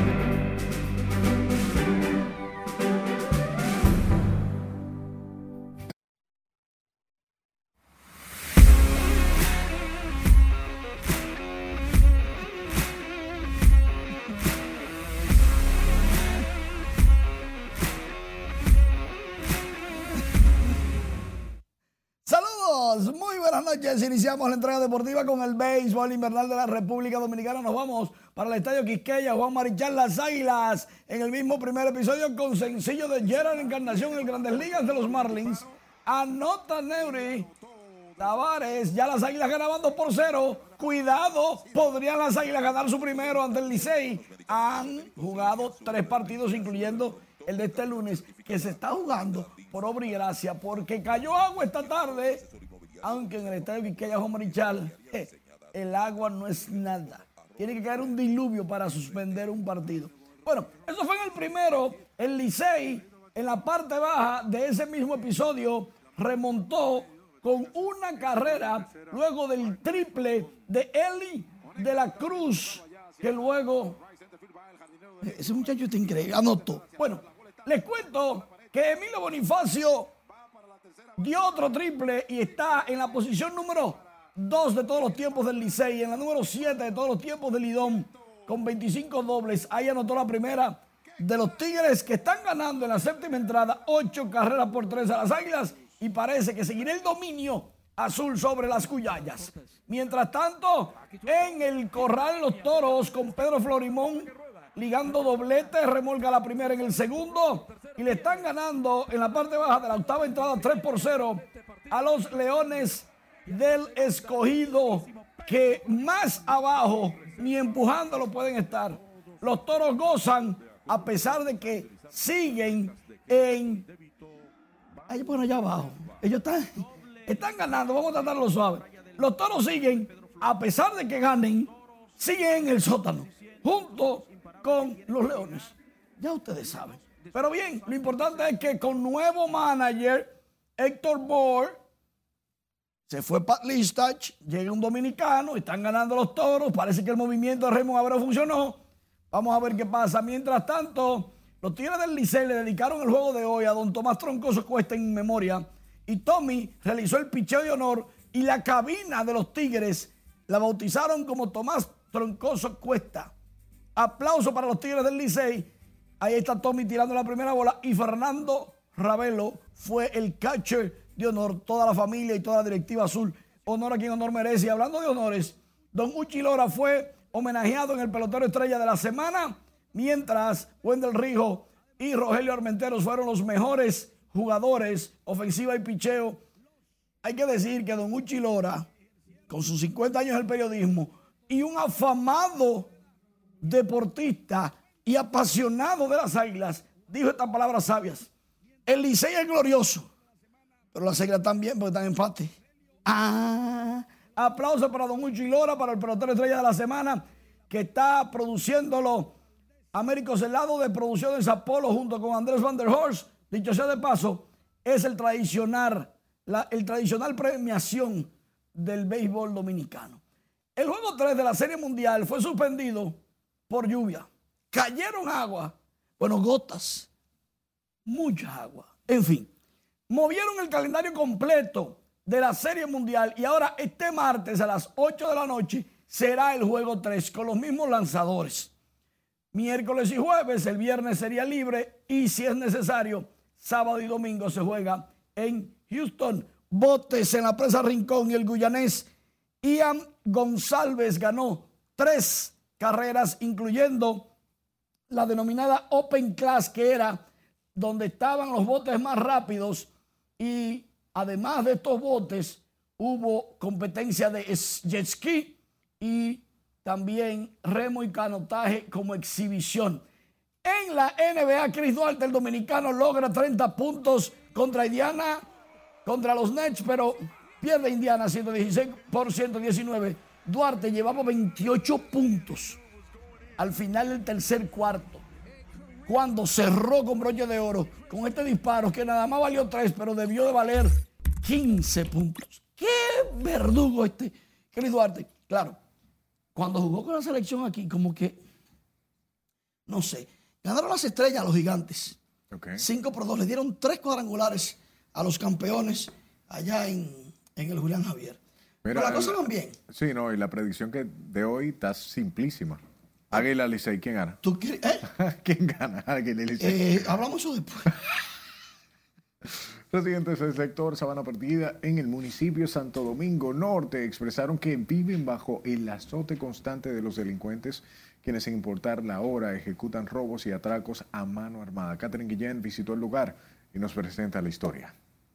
Muy buenas noches, iniciamos la entrega deportiva con el béisbol invernal de la República Dominicana. Nos vamos para el Estadio Quisqueya, Juan Marichal, las Águilas, en el mismo primer episodio con sencillo de Gerald Encarnación en Grandes Ligas de los Marlins. Anota Neuri Tavares, ya las Águilas ganaban dos por cero. Cuidado, podrían las Águilas ganar su primero ante el Licey. Han jugado tres partidos, incluyendo el de este lunes, que se está jugando por obra y gracia, porque cayó agua esta tarde, aunque en el Estadio Quisqueya Juan Marichal eh, el agua no es nada. Tiene que caer un diluvio para suspender un partido. Bueno, eso fue en el primero. El Licey, en la parte baja de ese mismo episodio, remontó con una carrera luego del triple de Eli de la Cruz, que luego... Ese muchacho está increíble, anotó. Bueno, les cuento que Emilio Bonifacio dio otro triple y está en la posición número dos de todos los tiempos del Licey, en la número siete de todos los tiempos del Lidón, con veinticinco dobles. Ahí anotó la primera de los Tigres, que están ganando en la séptima entrada, ocho carreras por tres a las Águilas, y parece que seguirá el dominio azul sobre las Cuyayas. Mientras tanto, en el corral de los Toros, con Pedro Florimón ligando doblete, remolca la primera en el segundo y le están ganando en la parte baja de la octava entrada tres por cero a los Leones del Escogido, que más abajo ni empujándolo pueden estar. Los Toros gozan a pesar de que siguen en... Ahí, bueno, allá abajo. Ellos están, están ganando, vamos a tratarlo suave. Los Toros siguen, a pesar de que ganen, siguen en el sótano, junto con los Leones. Ya ustedes saben. Pero bien, lo importante es que con nuevo manager, Héctor Bohr, se fue Pat Listach, llega un dominicano, están ganando los Toros, parece que el movimiento de Raymond Abreu funcionó. Vamos a ver qué pasa. Mientras tanto, los Tigres del Licey le dedicaron el juego de hoy a don Tomás Troncoso Cuesta en memoria, y Tommy realizó el picheo de honor, y la cabina de los Tigres la bautizaron como Tomás Troncoso Cuesta. Aplauso para los Tigres del Licey. Ahí está Tommy tirando la primera bola, y Fernando Ravelo fue el catcher de honor. Toda la familia y toda la directiva azul, honor a quien honor merece. Y hablando de honores, don Uchi Lora fue homenajeado en el pelotero estrella de la semana, mientras Wendell Rijo y Rogelio Armenteros fueron los mejores jugadores, ofensiva y picheo. Hay que decir que don Uchi Lora, con sus cincuenta años del periodismo y un afamado deportista y apasionado de las Águilas, dijo estas palabras sabias: el Licey es glorioso, pero las Águilas también, porque están en empate. Ah, aplauso para don Uchi Lora, para el pelotero estrella de la semana, que está produciéndolo Américo Celado de Producciones Apolo junto con Andrés Van der Horst, dicho sea de paso, es el tradicional, la el tradicional premiación del béisbol dominicano. El juego tres de la Serie Mundial fue suspendido por lluvia. Cayeron agua, bueno, gotas, mucha agua. En fin, movieron el calendario completo de la Serie Mundial y ahora este martes a las ocho de la noche será el juego tres con los mismos lanzadores. Miércoles y jueves, el viernes sería libre y si es necesario, sábado y domingo se juega en Houston. Botes en la presa Rincón y el guyanés Ian González ganó tres carreras, incluyendo la denominada Open Class, que era donde estaban los botes más rápidos, y además de estos botes hubo competencia de jet ski y también remo y canotaje como exhibición. En la N B A, Chris Duarte, el dominicano, logra treinta puntos contra Indiana, contra los Nets, pero pierde Indiana ciento dieciséis por ciento diecinueve. Duarte llevaba veintiocho puntos al final del tercer cuarto, cuando cerró con broche de oro con este disparo que nada más valió tres, pero debió de valer quince puntos. ¡Qué verdugo este Chris Duarte! Claro, cuando jugó con la selección aquí, como que, no sé, ganaron las estrellas a los gigantes. Okay. cinco por dos, le dieron tres cuadrangulares a los campeones allá en, en el Julián Javier. Mira, pero las cosas van bien. Sí, no, y la predicción que de hoy está simplísima. Águila Licey, ¿quién gana? ¿Tú quieres, eh? ¿Quién gana? Águila Licey. Eh, hablamos eso después. Residentes del sector Sabana Perdida en el municipio de Santo Domingo Norte expresaron que viven bajo el azote constante de los delincuentes, quienes sin importar la hora ejecutan robos y atracos a mano armada. Catherine Guillén visitó el lugar y nos presenta la historia.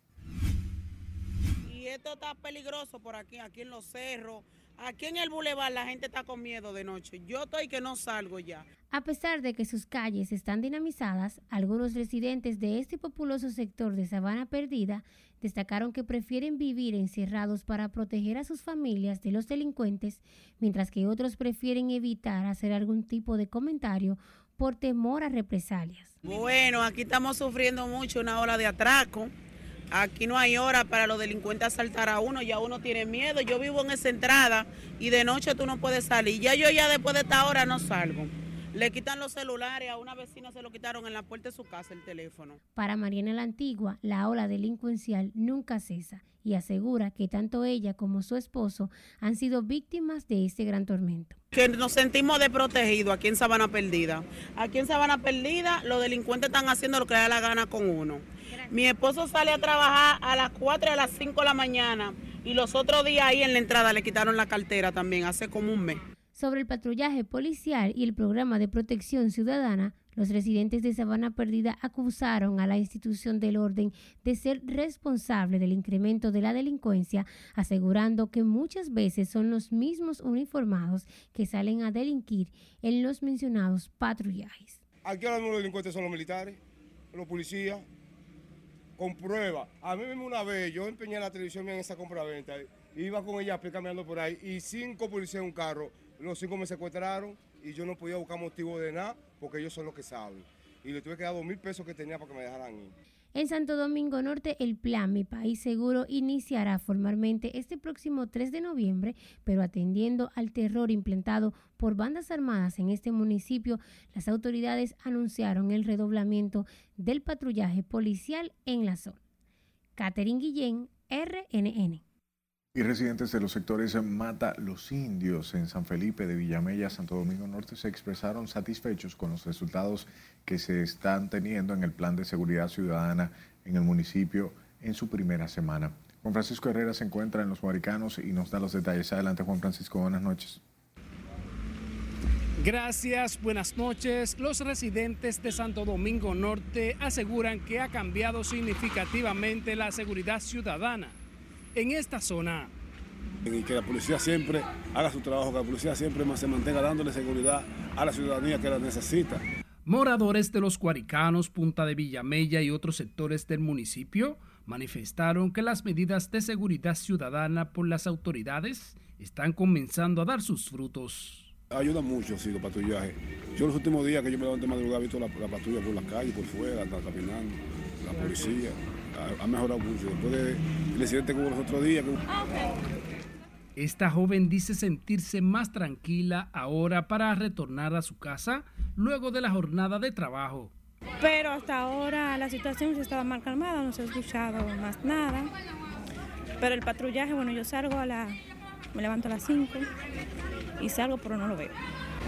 Y esto está peligroso por aquí, aquí en los cerros. Aquí en el bulevar la gente está con miedo de noche. Yo estoy que no salgo ya. A pesar de que sus calles están dinamizadas, algunos residentes de este populoso sector de Sabana Perdida destacaron que prefieren vivir encerrados para proteger a sus familias de los delincuentes, mientras que otros prefieren evitar hacer algún tipo de comentario por temor a represalias. Bueno, aquí estamos sufriendo mucho una ola de atraco. Aquí no hay hora para los delincuentes asaltar a uno, ya uno tiene miedo. Yo vivo en esa entrada y de noche tú no puedes salir. Ya yo ya después de esta hora no salgo. Le quitan los celulares, a una vecina se lo quitaron en la puerta de su casa el teléfono. Para Mariana la Antigua, la ola delincuencial nunca cesa y asegura que tanto ella como su esposo han sido víctimas de este gran tormento. Que nos sentimos desprotegidos aquí en Sabana Perdida. Aquí en Sabana Perdida los delincuentes están haciendo lo que les da la gana con uno. Mi esposo sale a trabajar a las cuatro y a las cinco de la mañana y los otros días ahí en la entrada le quitaron la cartera también, hace como un mes. Sobre el patrullaje policial y el programa de protección ciudadana, los residentes de Sabana Perdida acusaron a la institución del orden de ser responsable del incremento de la delincuencia, asegurando que muchas veces son los mismos uniformados que salen a delinquir en los mencionados patrullajes. Aquí ahora los delincuentes son los militares, los policías, con prueba. A mí mismo una vez, yo empeñé la televisión en esa compraventa, iba con ella caminando por ahí y cinco policías en un carro, los cinco me secuestraron y yo no podía buscar motivo de nada porque ellos son los que saben. Y le tuve que dar dos mil pesos que tenía para que me dejaran ir. En Santo Domingo Norte, el plan Mi País Seguro iniciará formalmente este próximo tres de noviembre, pero atendiendo al terror implantado por bandas armadas en este municipio, las autoridades anunciaron el redoblamiento del patrullaje policial en la zona. Catherine Guillén, R N N. Y residentes de los sectores Mata Los Indios en San Felipe de Villamella, Santo Domingo Norte, se expresaron satisfechos con los resultados que se están teniendo en el plan de seguridad ciudadana en el municipio en su primera semana. Juan Francisco Herrera se encuentra en Los Maricanos y nos da los detalles. Adelante, Juan Francisco, buenas noches. Gracias, buenas noches. Los residentes de Santo Domingo Norte aseguran que ha cambiado significativamente la seguridad ciudadana en esta zona. Y que la policía siempre haga su trabajo, que la policía siempre se mantenga dándole seguridad a la ciudadanía que la necesita. Moradores de Los Guaricanos, Punta de Villamella y otros sectores del municipio manifestaron que las medidas de seguridad ciudadana por las autoridades están comenzando a dar sus frutos. Ayuda mucho, sí, los patrullajes. Yo los últimos días que yo me levanté de madrugada he visto la, la patrulla por las calles, por fuera, está caminando, la policía. Ha, ha mejorado mucho. Después del incidente que hubo los otros días. Que... Esta joven dice sentirse más tranquila ahora para retornar a su casa luego de la jornada de trabajo. Pero hasta ahora la situación se estaba más calmada, no se ha escuchado más nada. Pero el patrullaje, bueno, yo salgo a la, me levanto a las cinco y salgo, pero no lo veo.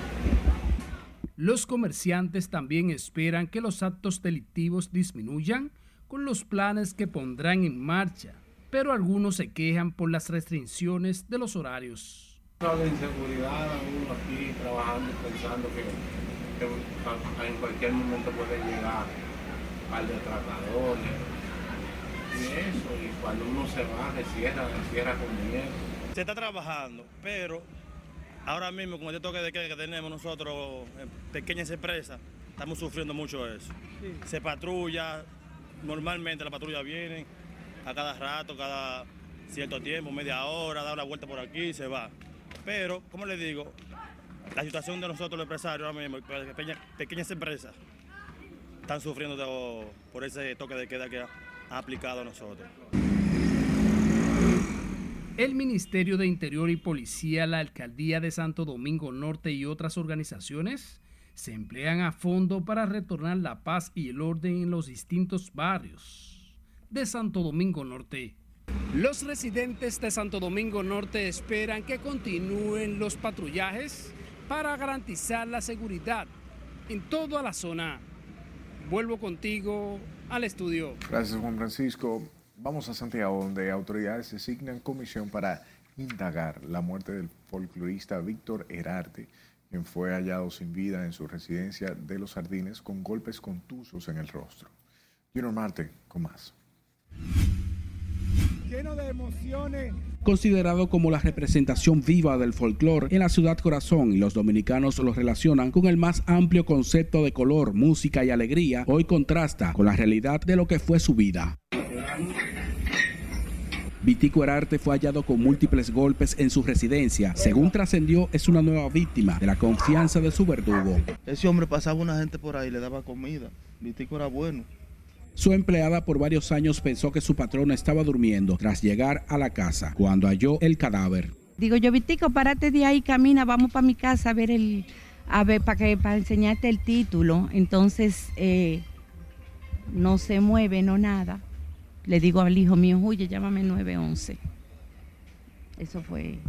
Los comerciantes también esperan que los actos delictivos disminuyan con los planes que pondrán en marcha, pero algunos se quejan por las restricciones de los horarios. La inseguridad, uno aquí trabajando pensando que, que en cualquier momento puede llegar al de atracadores y eso, y cuando uno se va, se cierra, se cierra con miedo. Se está trabajando, pero ahora mismo con este toque de queda que tenemos nosotros en pequeñas empresas, estamos sufriendo mucho eso. Sí. Se patrulla, normalmente la patrulla viene a cada rato, cada cierto tiempo, media hora, da una vuelta por aquí y se va. Pero, como les digo, la situación de nosotros los empresarios ahora mismo, pequeñas, pequeñas empresas, están sufriendo de, por ese toque de queda que ha, ha aplicado a nosotros. El Ministerio de Interior y Policía, la Alcaldía de Santo Domingo Norte y otras organizaciones se emplean a fondo para retornar la paz y el orden en los distintos barrios de Santo Domingo Norte. Los residentes de Santo Domingo Norte esperan que continúen los patrullajes para garantizar la seguridad en toda la zona. Vuelvo contigo al estudio. Gracias, Juan Francisco. Vamos a Santiago, donde autoridades designan comisión para indagar la muerte del folclorista Víctor Herarte, quien fue hallado sin vida en su residencia de Los Jardines con golpes contusos en el rostro. Junior Marte, con más. Lleno de emociones. Considerado como la representación viva del folclore en la ciudad corazón, y los dominicanos lo relacionan con el más amplio concepto de color, música y alegría, hoy contrasta con la realidad de lo que fue su vida. Vitico Herarte fue hallado con múltiples golpes en su residencia. Según trascendió, es una nueva víctima de la confianza de su verdugo. Ese hombre pasaba una gente por ahí, le daba comida. Vitico era bueno. Su empleada por varios años pensó que su patrón estaba durmiendo tras llegar a la casa, cuando halló el cadáver. Digo yo, Vitico, párate de ahí, camina, vamos para mi casa a ver el, a ver, para que, para enseñarte el título. Entonces, eh, no se mueve, no nada. Le digo al hijo mío, huye, llámame nueve once. Eso fue.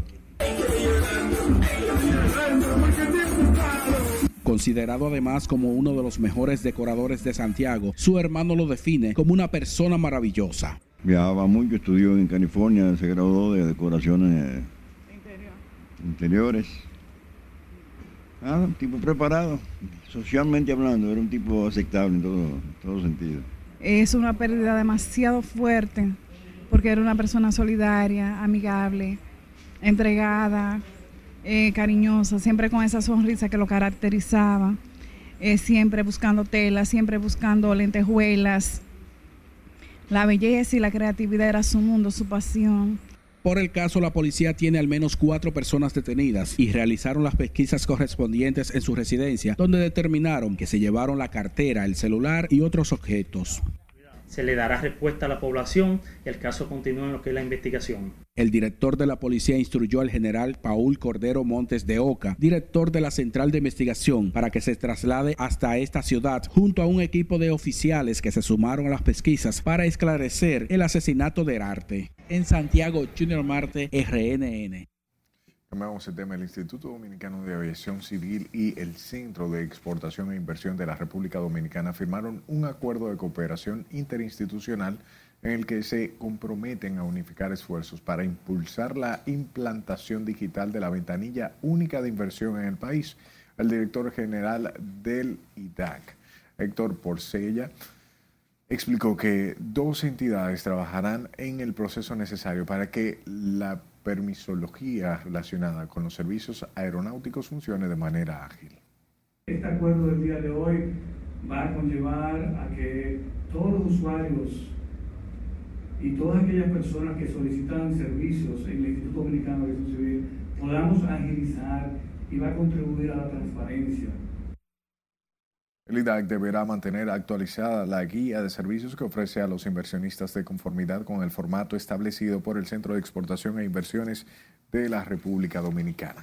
Considerado además como uno de los mejores decoradores de Santiago, su hermano lo define como una persona maravillosa. Viajaba mucho, estudió en California, se graduó de decoraciones Interior. interiores. Ah, un tipo preparado, socialmente hablando, era un tipo aceptable en todo, en todo sentido. Es una pérdida demasiado fuerte, porque era una persona solidaria, amigable, entregada, eh, cariñosa, siempre con esa sonrisa que lo caracterizaba, eh, siempre buscando telas, siempre buscando lentejuelas. La belleza y la creatividad era su mundo, su pasión. Por el caso, la policía tiene al menos cuatro personas detenidas y realizaron las pesquisas correspondientes en su residencia, donde determinaron que se llevaron la cartera, el celular y otros objetos. Se le dará respuesta a la población y el caso continúa en lo que es la investigación. El director de la policía instruyó al general Paul Cordero Montes de Oca, director de la Central de Investigación, para que se traslade hasta esta ciudad junto a un equipo de oficiales que se sumaron a las pesquisas para esclarecer el asesinato de Herarte. En Santiago, Junior Marte, R N N. Cambiamos el tema. El Instituto Dominicano de Aviación Civil y el Centro de Exportación e Inversión de la República Dominicana firmaron un acuerdo de cooperación interinstitucional en el que se comprometen a unificar esfuerzos para impulsar la implantación digital de la ventanilla única de inversión en el país. El director general del I D A C, Héctor Porcella, explicó que dos entidades trabajarán en el proceso necesario para que la permisología relacionada con los servicios aeronáuticos funcione de manera ágil. Este acuerdo del día de hoy va a conllevar a que todos los usuarios y todas aquellas personas que solicitan servicios en el Instituto Dominicano de Aviación Civil podamos agilizar y va a contribuir a la transparencia. El I D A C deberá mantener actualizada la guía de servicios que ofrece a los inversionistas de conformidad con el formato establecido por el Centro de Exportación e Inversiones de la República Dominicana.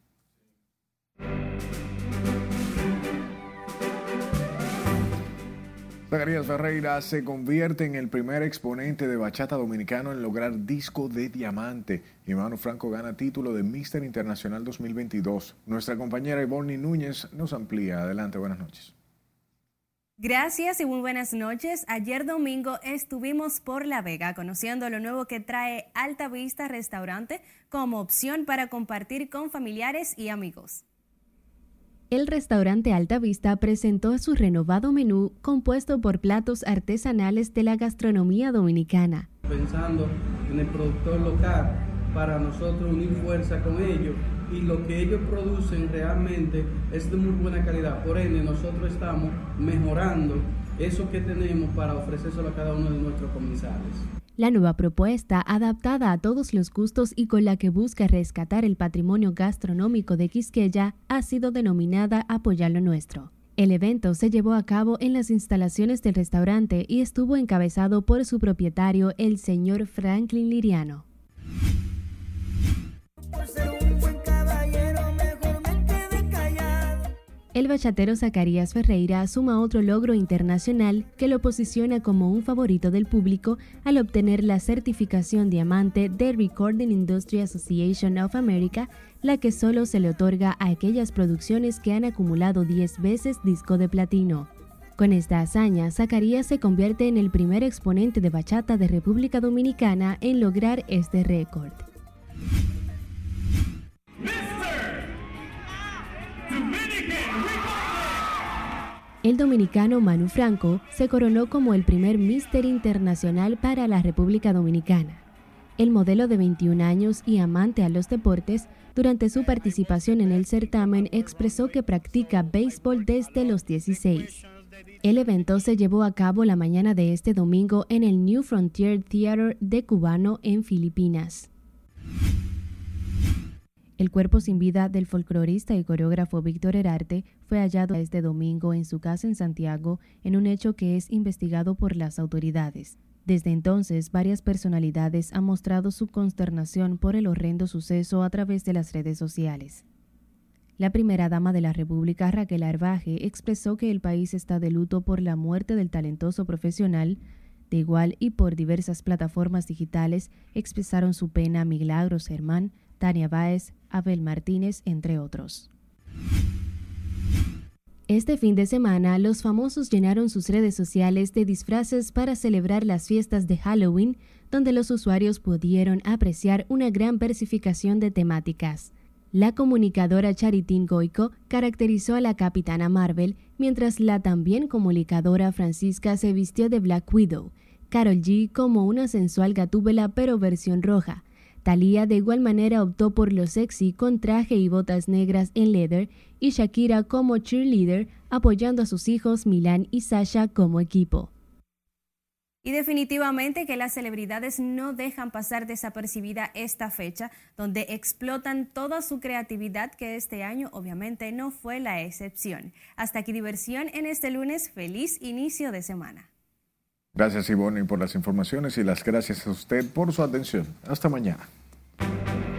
Zacarías Ferreira se convierte en el primer exponente de bachata dominicano en lograr disco de diamante. Y Manu Franco gana título de míster Internacional dos mil veintidós. Nuestra compañera Ivonne Núñez nos amplía. Adelante, buenas noches. Gracias y muy buenas noches. Ayer domingo estuvimos por La Vega conociendo lo nuevo que trae Alta Vista Restaurante como opción para compartir con familiares y amigos. El restaurante Alta Vista presentó su renovado menú compuesto por platos artesanales de la gastronomía dominicana. Pensando en el productor local para nosotros unir fuerza con ellos y lo que ellos producen realmente es de muy buena calidad. Por ende, nosotros estamos mejorando eso que tenemos para ofrecérselo a cada uno de nuestros comensales. La nueva propuesta, adaptada a todos los gustos y con la que busca rescatar el patrimonio gastronómico de Quisqueya, ha sido denominada Apoyar lo Nuestro. El evento se llevó a cabo en las instalaciones del restaurante y estuvo encabezado por su propietario, el señor Franklin Liriano. El bachatero Zacarías Ferreira suma otro logro internacional que lo posiciona como un favorito del público al obtener la certificación diamante de Recording Industry Association of America, la que solo se le otorga a aquellas producciones que han acumulado diez veces disco de platino. Con esta hazaña, Zacarías se convierte en el primer exponente de bachata de República Dominicana en lograr este récord. El dominicano Manu Franco se coronó como el primer míster Internacional para la República Dominicana. El modelo de veintiún años y amante a los deportes, durante su participación en el certamen expresó que practica béisbol desde los dieciséis. El evento se llevó a cabo la mañana de este domingo en el New Frontier Theater de Cubano en Filipinas. El cuerpo sin vida del folclorista y coreógrafo Víctor Herarte fue hallado este domingo en su casa en Santiago en un hecho que es investigado por las autoridades. Desde entonces, varias personalidades han mostrado su consternación por el horrendo suceso a través de las redes sociales. La primera dama de la República, Raquel Arbaje, expresó que el país está de luto por la muerte del talentoso profesional. De igual y por diversas plataformas digitales expresaron su pena Milagros Germán, Tania Báez, Abel Martínez, entre otros. Este fin de semana, los famosos llenaron sus redes sociales de disfraces para celebrar las fiestas de Halloween, donde los usuarios pudieron apreciar una gran versificación de temáticas. La comunicadora Charitín Goico caracterizó a la Capitana Marvel, mientras la también comunicadora Francisca se vistió de Black Widow, Karol G como una sensual gatúbela pero versión roja. Thalía de igual manera optó por lo sexy con traje y botas negras en leather y Shakira como cheerleader apoyando a sus hijos Milán y Sasha como equipo. Y definitivamente que las celebridades no dejan pasar desapercibida esta fecha, donde explotan toda su creatividad, que este año obviamente no fue la excepción. Hasta aquí diversión en este lunes. Feliz inicio de semana. Gracias, Ivonne, por las informaciones y las gracias a usted por su atención. Hasta mañana.